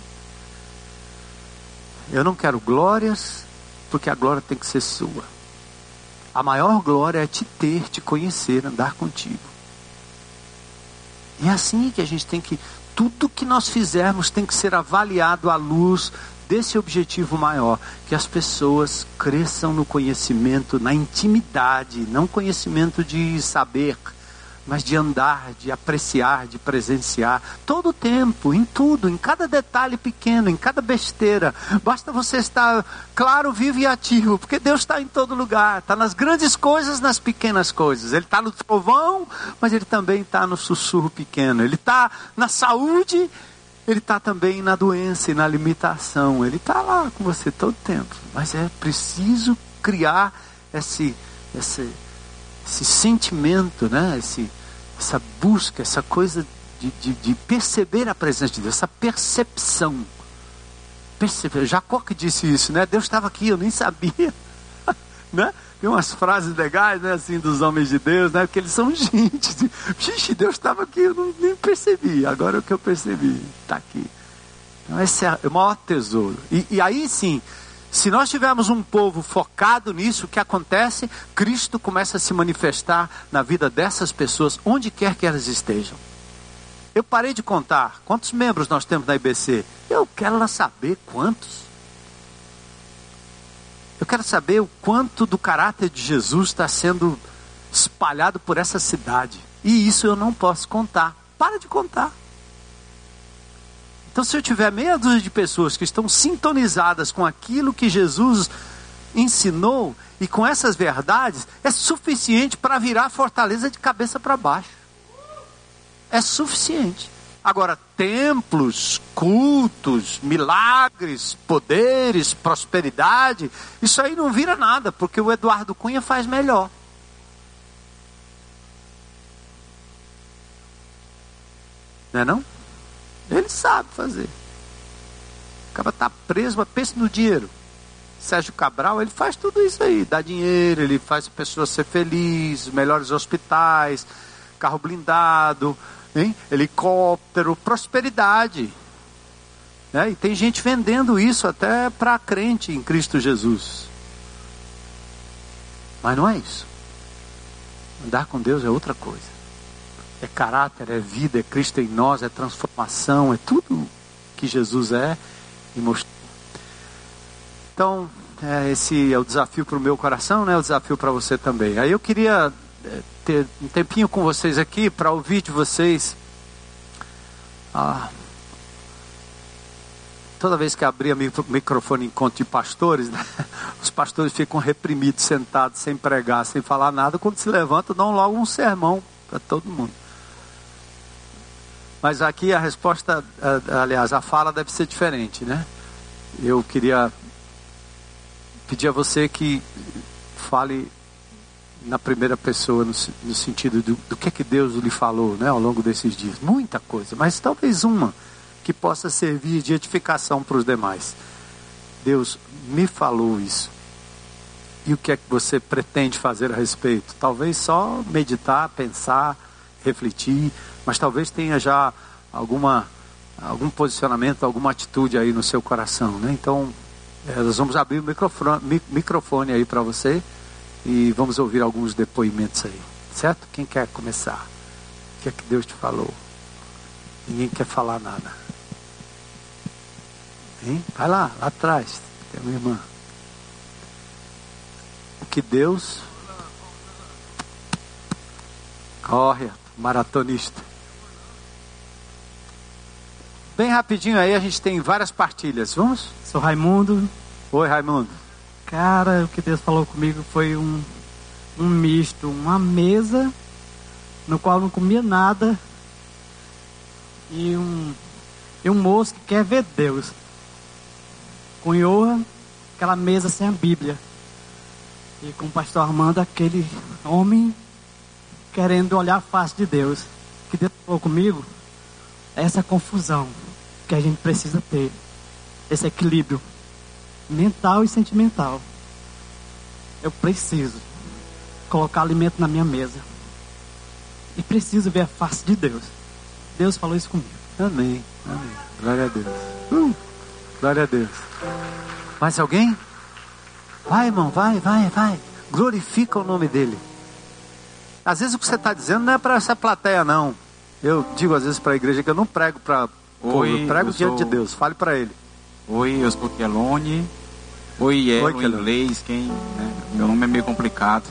Eu não quero glórias, porque a glória tem que ser sua. A maior glória é te ter, te conhecer, andar contigo. E é assim que a gente tem que, tudo que nós fizermos tem que ser avaliado à luz desse objetivo maior, que as pessoas cresçam no conhecimento, na intimidade, não conhecimento de saber, mas de andar, de apreciar, de presenciar, todo o tempo, em tudo, em cada detalhe pequeno, em cada besteira. Basta você estar claro, vivo e ativo, porque Deus está em todo lugar, está nas grandes coisas, nas pequenas coisas. Ele está no trovão, mas Ele também está no sussurro pequeno. Ele está na saúde, Ele está também na doença e na limitação. Ele está lá com você todo o tempo, mas é preciso criar esse... esse esse sentimento, né? esse, essa busca, essa coisa de, de, de perceber a presença de Deus, essa percepção. Perceber. Jacó que disse isso, né? Deus estava aqui, eu nem sabia. Né? Tem umas frases legais, né? Assim, dos homens de Deus, né? Porque eles são gente. Xixi, Deus estava aqui, eu não, nem percebi. Agora é o que eu percebi, está aqui. Então esse é o maior tesouro. E, e aí sim, se nós tivermos um povo focado nisso, o que acontece? Cristo começa a se manifestar na vida dessas pessoas, onde quer que elas estejam. Eu parei de contar quantos membros nós temos na I B C. Eu quero lá saber quantos. Eu quero saber o quanto do caráter de Jesus está sendo espalhado por essa cidade. E isso eu não posso contar. Para de contar. Então, se eu tiver meia dúzia de pessoas que estão sintonizadas com aquilo que Jesus ensinou e com essas verdades, é suficiente para virar a fortaleza de cabeça para baixo. É suficiente. Agora, templos, cultos, milagres, poderes, prosperidade, isso aí não vira nada, porque o Eduardo Cunha faz melhor. Não é não? Ele sabe fazer. Acaba tá preso, mas pensa no dinheiro. Sérgio Cabral, ele faz tudo isso aí. Dá dinheiro, ele faz a pessoa ser feliz, melhores hospitais, carro blindado, hein? Helicóptero, prosperidade. Né? E tem gente vendendo isso até para crente em Cristo Jesus. Mas não é isso. Andar com Deus é outra coisa. É caráter, é vida, é Cristo em nós, é transformação, é tudo que Jesus é e mostrou. Então, é, esse é o desafio para o meu coração, né? O desafio para você também. Aí eu queria é, ter um tempinho com vocês aqui para ouvir de vocês. Ah, toda vez que abrir o microfone em encontro de pastores, né? Os pastores ficam reprimidos, sentados, sem pregar, sem falar nada. Quando se levantam, dão logo um sermão para todo mundo. Mas aqui a resposta, aliás, a fala deve ser diferente, né? Eu queria pedir a você que fale na primeira pessoa, no, no sentido do, do que é que Deus lhe falou, né, ao longo desses dias. Muita coisa, mas talvez uma que possa servir de edificação para os demais. Deus me falou isso. E o que é que você pretende fazer a respeito? Talvez só meditar, pensar, refletir, mas talvez tenha já alguma, algum posicionamento, alguma atitude aí no seu coração, né? Então, é, nós vamos abrir o microfone, microfone aí para você e vamos ouvir alguns depoimentos aí, certo? Quem quer começar? O que é que Deus te falou? Ninguém quer falar nada. Hein? Vai lá, lá atrás, tem uma irmã. O que Deus... Corre, maratonista. Bem rapidinho aí, a gente tem várias partilhas, vamos? Sou Raimundo. Oi, Raimundo. Cara, o que Deus falou comigo foi um, um misto, uma mesa no qual não comia nada e um, e um moço que quer ver Deus. Com Johan, aquela mesa sem a Bíblia. E com o pastor Armando, aquele homem querendo olhar a face de Deus. O que Deus falou comigo é essa confusão que a gente precisa ter. Esse equilíbrio mental e sentimental. Eu preciso colocar alimento na minha mesa. E preciso ver a face de Deus. Deus falou isso comigo. Amém. Amém. Glória a Deus. Uh, glória a Deus. Mais alguém? Vai, irmão, vai, vai, vai. Glorifica o nome dele. Às vezes o que você está dizendo não é para essa plateia, não. Eu digo às vezes para a igreja que eu não prego para povo, eu prego eu diante sou... de Deus. Fale para ele. Oi, eu sou Kelone. Oi, é em inglês, quem, né? Meu nome é meio complicado.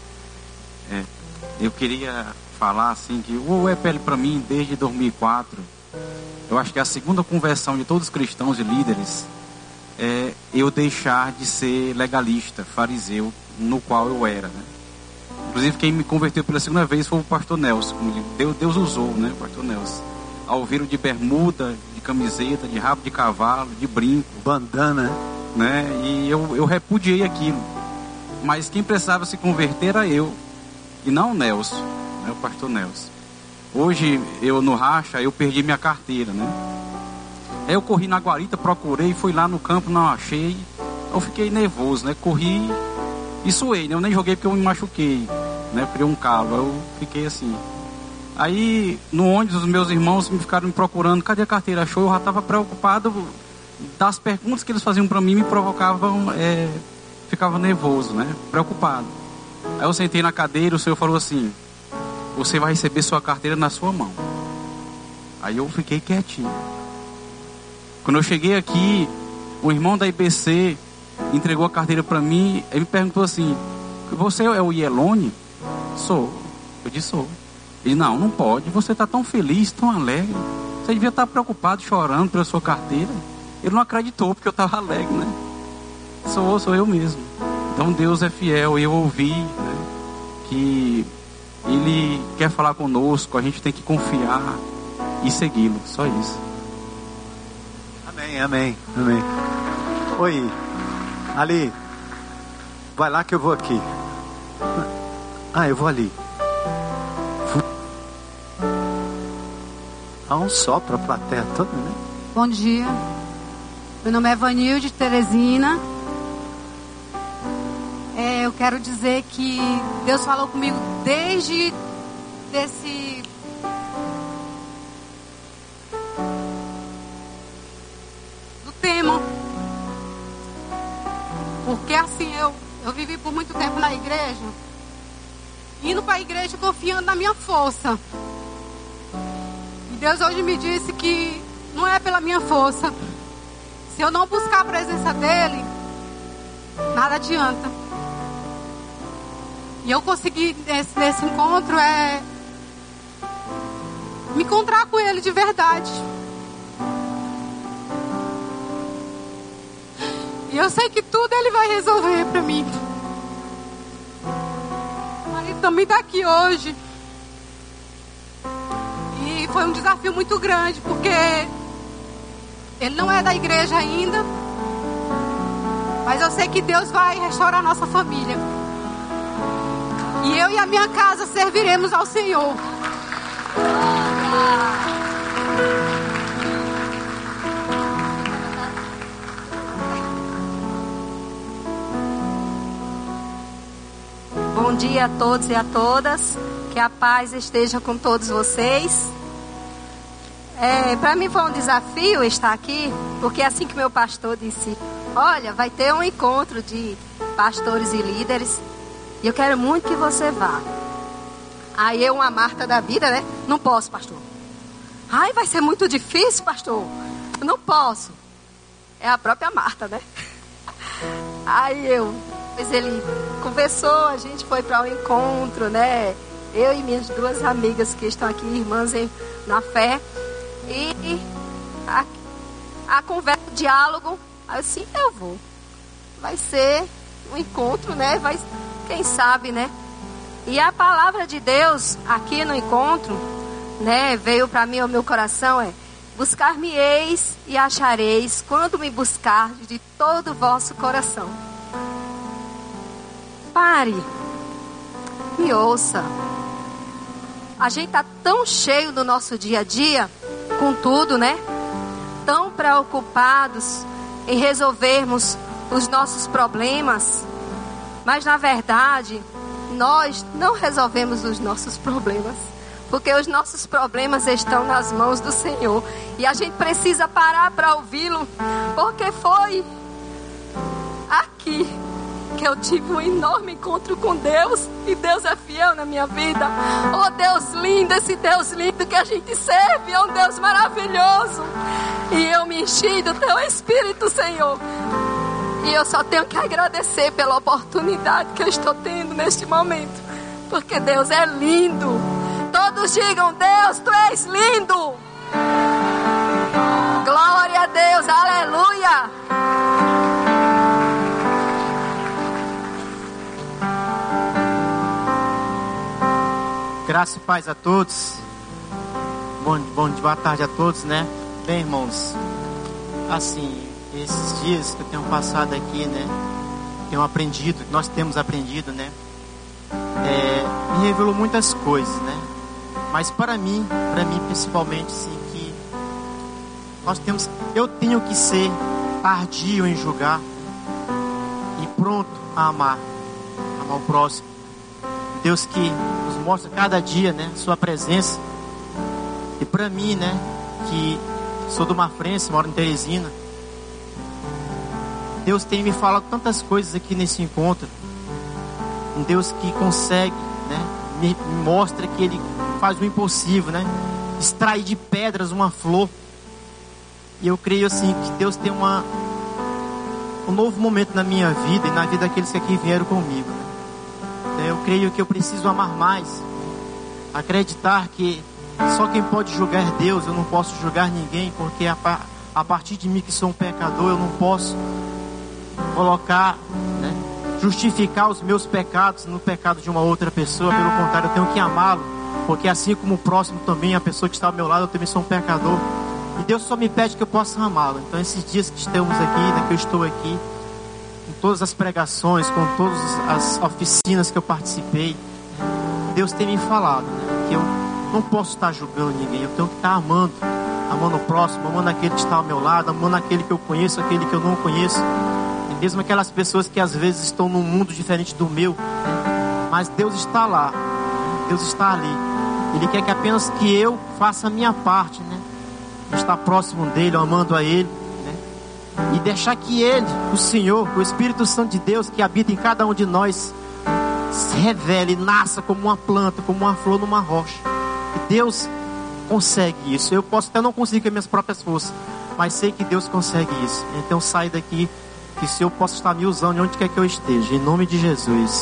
é, eu queria falar assim que o E P L para mim desde dois mil e quatro, eu acho que é a segunda conversão de todos os cristãos e líderes é eu deixar de ser legalista, fariseu, no qual eu era, né? Inclusive quem me converteu pela segunda vez foi o pastor Nelson. Deus, Deus usou, né, o pastor Nelson. Ao vir de bermuda, de camiseta, de rabo de cavalo, de brinco, bandana, né? E eu, eu repudiei aquilo. Mas quem precisava se converter era eu, e não o Nelson, né, o pastor Nelson. Hoje, eu no racha, eu perdi minha carteira, né? Aí eu corri na guarita, procurei, fui lá no campo, não achei. Eu fiquei nervoso, né? Corri e suei, né? Eu nem joguei porque eu me machuquei, né? Criei um calo, eu fiquei assim. Aí, no ônibus, os meus irmãos me ficaram me procurando, cadê a carteira? Achou? Eu já estava preocupado. Das perguntas que eles faziam para mim, me provocavam, é, ficava nervoso, né? Preocupado. Aí eu sentei na cadeira, o senhor falou assim, você vai receber sua carteira na sua mão. Aí eu fiquei quietinho. Quando eu cheguei aqui, o irmão da I B C entregou a carteira para mim, ele me perguntou assim, você é o Yelone? Sou. Eu disse, sou. Ele, não, não pode, você está tão feliz, tão alegre, você devia estar preocupado, chorando pela sua carteira. Ele não acreditou, porque eu estava alegre, né? Sou, sou eu mesmo. Então Deus é fiel, e eu ouvi, né, que Ele quer falar conosco, a gente tem que confiar e segui-lo, só isso. Amém, amém, amém. Oi, ali, vai lá que eu vou aqui. Ah, eu vou ali. Há um só para a plateia toda, né? Bom dia, meu nome é Vanilde Teresina. É, eu quero dizer que Deus falou comigo desde desse do tema, porque assim eu eu vivi por muito tempo na igreja, indo para a igreja confiando na minha força. E Deus hoje me disse que não é pela minha força. Se eu não buscar a presença dele, nada adianta. E eu consegui nesse, nesse encontro é me encontrar com ele de verdade. E eu sei que tudo ele vai resolver para mim. Ele também está aqui hoje. E foi um desafio muito grande, porque ele não é da igreja ainda. Mas eu sei que Deus vai restaurar a nossa família. E eu e a minha casa serviremos ao Senhor. dia a todos e a todas. Que a paz esteja com todos vocês. É, para mim foi um desafio estar aqui, porque assim que meu pastor disse, olha, vai ter um encontro de pastores e líderes, e eu quero muito que você vá. Aí eu, uma Marta da vida, né? Não posso, pastor. Ai, vai ser muito difícil, pastor. Não posso. É a própria Marta, né? Aí eu, depois ele conversou, a gente foi para um encontro, né? Eu e minhas duas amigas que estão aqui, irmãs em, na fé. E a, a conversa, o diálogo, assim, eu vou. Vai ser um encontro, né? Vai, quem sabe, né? E a palavra de Deus aqui no encontro, né? Veio para mim ao meu coração, é: buscar-me-eis e achareis quando me buscardes de todo o vosso coração. Pare, me ouça. A gente está tão cheio do nosso dia a dia, com tudo, né? Tão preocupados em resolvermos os nossos problemas, mas na verdade nós não resolvemos os nossos problemas, porque os nossos problemas estão nas mãos do Senhor e a gente precisa parar para ouvi-lo, porque foi aqui que eu tive um enorme encontro com Deus, e Deus é fiel na minha vida. Oh Deus lindo, esse Deus lindo que a gente serve é um Deus maravilhoso, e eu me enchi do teu Espírito, Senhor, e eu só tenho que agradecer pela oportunidade que eu estou tendo neste momento, porque Deus é lindo. Todos digam: Deus, tu és lindo. Glória a Deus, aleluia. Graça e paz a todos. Bom, bom boa tarde a todos, né? Bem, irmãos, assim, esses dias que eu tenho passado aqui, né? Tenho aprendido, nós temos aprendido, né? É, me revelou muitas coisas, né? Mas para mim, para mim principalmente, sim, que nós temos, eu tenho que ser tardio em julgar e pronto a amar, amar o próximo. Deus que nos mostra cada dia, né, sua presença. E para mim, né, que sou do Mafrense, moro em Teresina, Deus tem me falado tantas coisas aqui nesse encontro. Um Deus que consegue, né, me mostra que Ele faz o impossível, né, extrair de pedras uma flor. E eu creio assim que Deus tem uma um novo momento na minha vida e na vida daqueles que aqui vieram comigo, né? Eu creio que eu preciso amar mais, acreditar que só quem pode julgar é Deus. Eu não posso julgar ninguém, porque a, a partir de mim, que sou um pecador, eu não posso colocar, né, justificar os meus pecados no pecado de uma outra pessoa. Pelo contrário, eu tenho que amá-lo, porque assim como o próximo também, a pessoa que está ao meu lado, eu também sou um pecador, e Deus só me pede que eu possa amá-lo. Então esses dias que estamos aqui, né, que eu estou aqui, com todas as pregações, com todas as oficinas que eu participei, Deus tem me falado, né, que eu não posso estar julgando ninguém. Eu tenho que estar amando, amando o próximo, amando aquele que está ao meu lado, amando aquele que eu conheço, aquele que eu não conheço, e mesmo aquelas pessoas que às vezes estão num mundo diferente do meu, mas Deus está lá, Deus está ali. Ele quer que apenas que eu faça a minha parte, né, estar próximo dele, amando a ele, e deixar que Ele, o Senhor, o Espírito Santo de Deus que habita em cada um de nós, se revele, nasça como uma planta, como uma flor numa rocha. E Deus consegue isso. Eu posso até não conseguir com as minhas próprias forças, mas sei que Deus consegue isso. Então sai daqui, que se eu posso estar me usando onde quer que eu esteja, em nome de Jesus.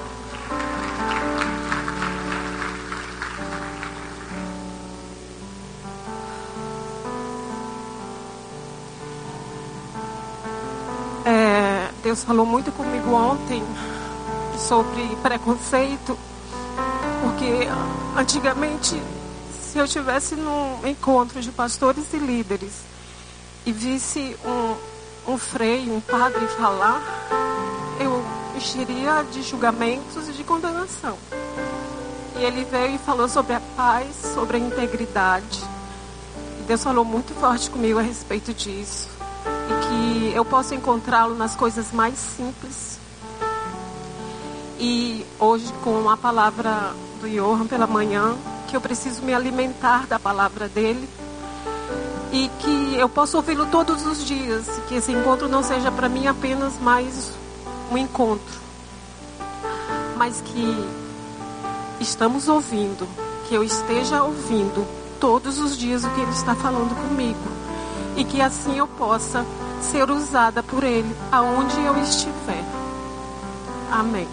Deus falou muito comigo ontem sobre preconceito, porque antigamente, se eu estivesse num encontro de pastores e líderes e visse um, um freio, um padre falar, eu encheria de julgamentos e de condenação. E ele veio e falou sobre a paz, sobre a integridade. E Deus falou muito forte comigo a respeito disso. E que eu posso encontrá-lo nas coisas mais simples. E hoje, com a palavra do Johan pela manhã, que eu preciso me alimentar da palavra dele e que eu possa ouvi-lo todos os dias, que esse encontro não seja para mim apenas mais um encontro, mas que estamos ouvindo, que eu esteja ouvindo todos os dias o que ele está falando comigo e que assim eu possa ser usada por ele aonde eu estiver. Amém.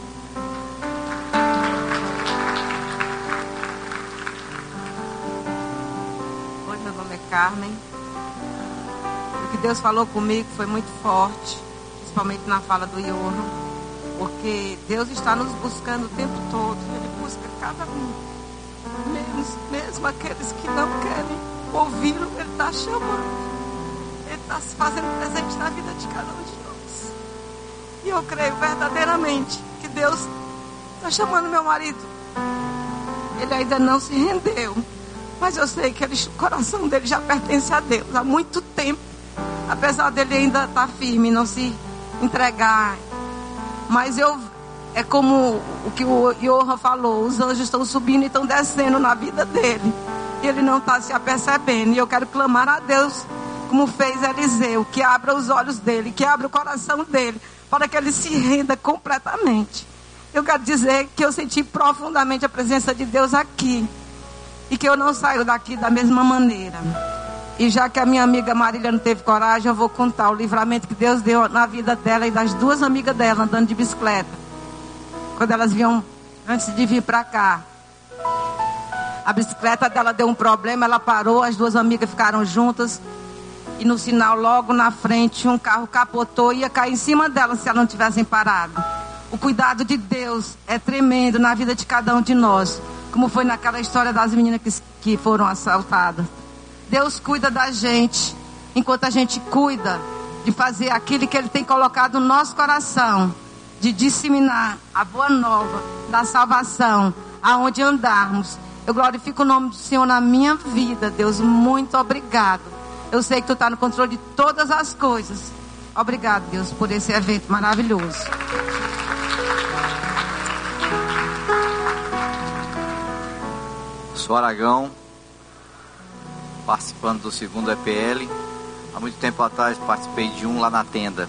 Oi, meu nome é Carmen. O que Deus falou comigo foi muito forte, principalmente na fala do Johan, porque Deus está nos buscando o tempo todo. Ele busca cada um, mesmo, mesmo aqueles que não querem ouvi-lo, Ele está chamando. Ele está se fazendo presente na vida de cada um de nós. E eu creio verdadeiramente que Deus está chamando meu marido. Ele ainda não se rendeu, mas eu sei que ele, o coração dele já pertence a Deus há muito tempo. Apesar dele ainda estar firme, não se entregar. Mas eu, é como o que o Johan falou, os anjos estão subindo e estão descendo na vida dele. E ele não está se apercebendo. E eu quero clamar a Deus, como fez Eliseu, que abra os olhos dele, que abra o coração dele, para que ele se renda completamente. Eu quero dizer que eu senti profundamente a presença de Deus aqui. E que eu não saio daqui da mesma maneira. E já que a minha amiga Marília não teve coragem, eu vou contar o livramento que Deus deu na vida dela e das duas amigas dela andando de bicicleta. Quando elas vinham, antes de vir para cá. A bicicleta dela deu um problema, ela parou, as duas amigas ficaram juntas. E no sinal, logo na frente, um carro capotou e ia cair em cima dela se elas não tivessem parado. O cuidado de Deus é tremendo na vida de cada um de nós. Como foi naquela história das meninas que, que foram assaltadas. Deus cuida da gente, enquanto a gente cuida de fazer aquilo que Ele tem colocado no nosso coração, de disseminar a boa nova da salvação, aonde andarmos. Eu glorifico o nome do Senhor na minha vida, Deus, muito obrigado. Eu sei que Tu está no controle de todas as coisas. Obrigado, Deus, por esse evento maravilhoso. Sou Aragão, participando do segundo E P L. Há muito tempo atrás participei de um lá na tenda.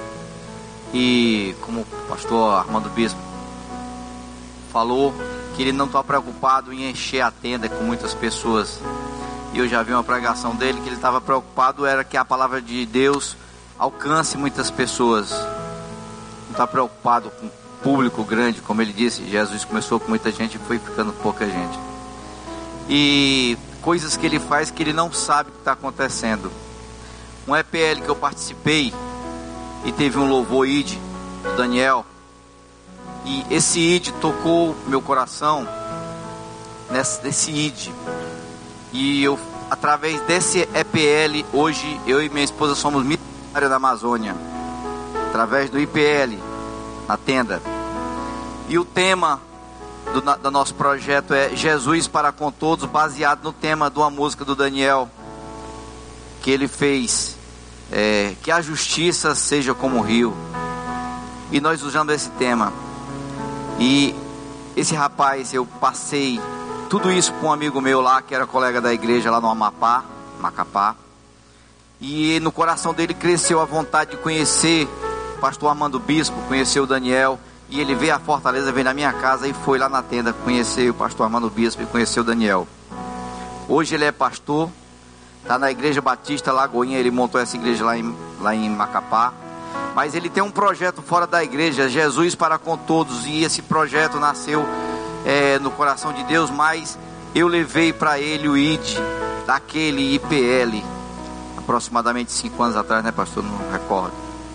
E como o pastor Armando Bispo falou, que ele não está preocupado em encher a tenda com muitas pessoas. E eu já vi uma pregação dele que ele estava preocupado era que a palavra de Deus alcance muitas pessoas. Não está preocupado com público grande, como ele disse. Jesus começou com muita gente e foi ficando pouca gente. E coisas que ele faz que ele não sabe o que está acontecendo. Um E P L que eu participei e teve um louvor I D do Daniel, e esse I D tocou meu coração nesse, nesse I D, e eu, através desse E P L, hoje eu e minha esposa somos missionários da Amazônia, através do I P L na tenda. E o tema do, do nosso projeto é Jesus para com todos, baseado no tema de uma música do Daniel que ele fez, é, que a justiça seja como o rio. E nós usamos esse tema. E esse rapaz, eu passei tudo isso para um amigo meu lá, que era colega da igreja lá no Amapá, Macapá. E no coração dele cresceu a vontade de conhecer o pastor Armando Bispo, conhecer o Daniel. E ele veio à Fortaleza, veio na minha casa e foi lá na tenda conhecer o pastor Armando Bispo e conhecer o Daniel. Hoje ele é pastor, está na Igreja Batista Lagoinha, ele montou essa igreja lá em, lá em Macapá. Mas ele tem um projeto fora da igreja, Jesus para com todos, e esse projeto nasceu é, no coração de Deus, mas eu levei para ele o I D daquele I P L, aproximadamente cinco anos atrás, né, pastor? Não recordo.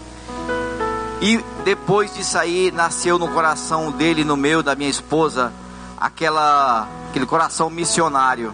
E depois de sair, nasceu no coração dele, no meu, da minha esposa, aquela, aquele coração missionário.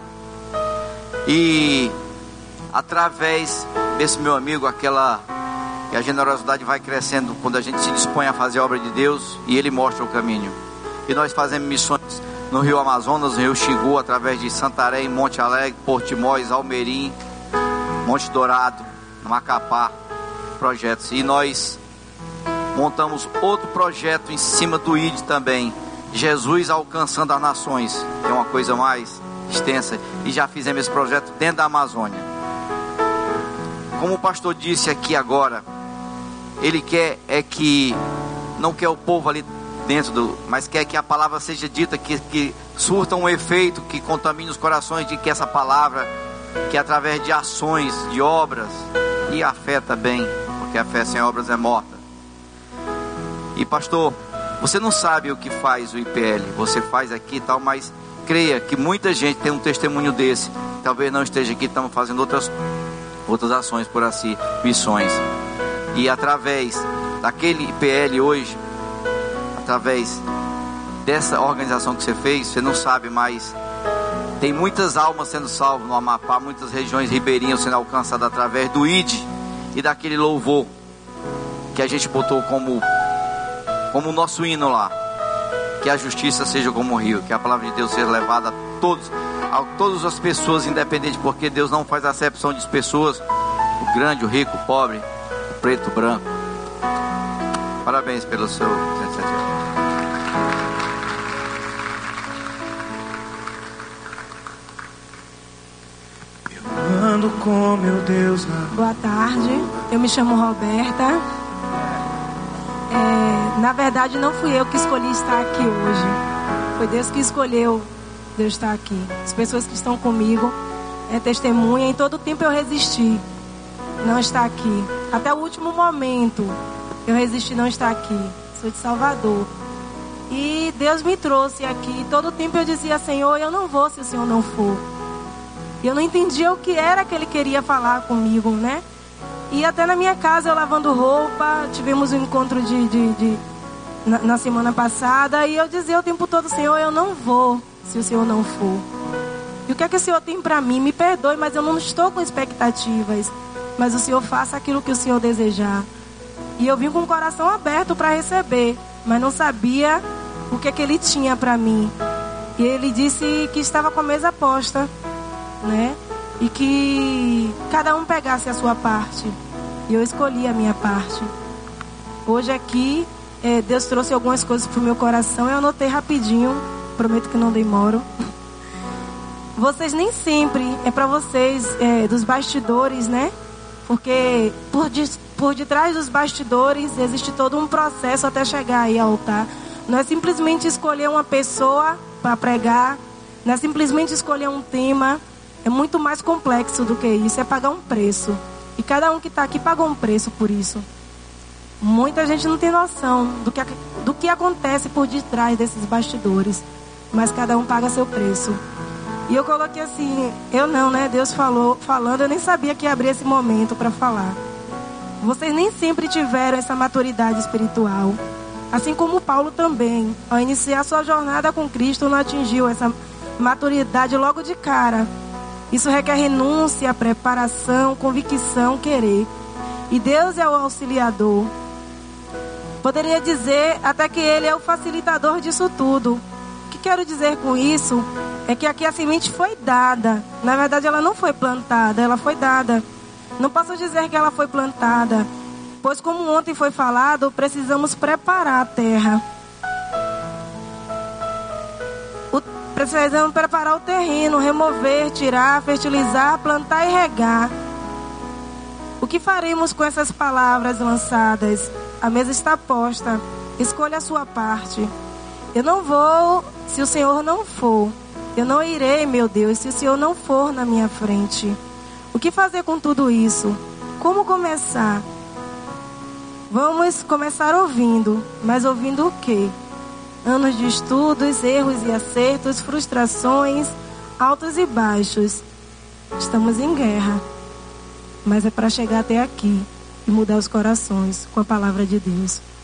E através desse meu amigo, aquela... E a generosidade vai crescendo quando a gente se dispõe a fazer a obra de Deus, e Ele mostra o caminho. E nós fazemos missões no Rio Amazonas, no Rio Xingu, através de Santarém, Monte Alegre, Portimóis, Almerim, Monte Dourado, Macapá, projetos. E nós montamos outro projeto em cima do I D também, Jesus alcançando as nações, que é uma coisa mais extensa, e já fizemos esse projeto dentro da Amazônia. Como o pastor disse aqui agora, ele quer é que, não quer o povo ali dentro do, mas quer que a palavra seja dita, que, que surta um efeito, que contamine os corações, de que essa palavra, que através de ações, de obras, e a fé também, porque a fé sem obras é morta. E pastor, você não sabe o que faz o I P L, você faz aqui e tal, mas creia que muita gente tem um testemunho desse, talvez não esteja aqui, estamos fazendo outras, outras ações por assim, missões, e através daquele I P L hoje, através dessa organização que você fez, você não sabe, mas tem muitas almas sendo salvas no Amapá, muitas regiões ribeirinhas sendo alcançadas através do I D e daquele louvor que a gente botou como como o nosso hino lá, que a justiça seja como o rio, que a palavra de Deus seja levada a todos, a todas as pessoas, independente, porque Deus não faz acepção de pessoas, o grande, o rico, o pobre, o preto, o branco. Parabéns pelo seu iniciativa. Eu ando com meu Deus na... Boa tarde, eu me chamo Roberta. É, na verdade não fui eu que escolhi estar aqui hoje, foi Deus que escolheu Deus estar aqui. As pessoas que estão comigo é testemunha, em todo tempo eu resisti não estar aqui, até o último momento eu resisti não estar aqui. Sou de Salvador e Deus me trouxe aqui. Todo tempo eu dizia: Senhor, eu não vou se o Senhor não for. E eu não entendia o que era que Ele queria falar comigo, né? E até na minha casa, eu lavando roupa, tivemos um encontro de, de, de, na, na semana passada. E eu dizia o tempo todo: Senhor, eu não vou se o Senhor não for. E o que é que o Senhor tem para mim? Me perdoe, mas eu não estou com expectativas. Mas o Senhor faça aquilo que o Senhor desejar. E eu vim com o coração aberto para receber, mas não sabia o que é que Ele tinha para mim. E Ele disse que estava com a mesa posta, né? E que cada um pegasse a sua parte. E eu escolhi a minha parte. Hoje aqui, é, Deus trouxe algumas coisas para o meu coração. Eu anotei rapidinho. Prometo que não demoro. Vocês nem sempre, é para vocês, é, dos bastidores, né? Porque por, de, por detrás dos bastidores existe todo um processo até chegar aí ao altar. Não é simplesmente escolher uma pessoa para pregar. Não é simplesmente escolher um tema. É muito mais complexo do que isso, é pagar um preço. E cada um que está aqui pagou um preço por isso. Muita gente não tem noção do que, do que acontece por detrás desses bastidores. Mas cada um paga seu preço. E eu coloquei assim, eu não, né? Deus falou, falando, eu nem sabia que ia abrir esse momento para falar. Vocês nem sempre tiveram essa maturidade espiritual. Assim como Paulo também, ao iniciar sua jornada com Cristo, não atingiu essa maturidade logo de cara. Isso requer renúncia, preparação, convicção, querer. E Deus é o auxiliador. Poderia dizer até que Ele é o facilitador disso tudo. O que quero dizer com isso é que aqui a semente foi dada. Na verdade, ela não foi plantada, ela foi dada. Não posso dizer que ela foi plantada, pois como ontem foi falado, precisamos preparar a terra. Precisamos preparar o terreno, remover, tirar, fertilizar, plantar e regar. O que faremos com essas palavras lançadas? A mesa está posta. Escolha a sua parte. Eu não vou se o Senhor não for. Eu não irei, meu Deus, se o Senhor não for na minha frente. O que fazer com tudo isso? Como começar? Vamos começar ouvindo. Mas ouvindo o quê? Anos de estudos, erros e acertos, frustrações, altos e baixos. Estamos em guerra. Mas é para chegar até aqui e mudar os corações com a palavra de Deus.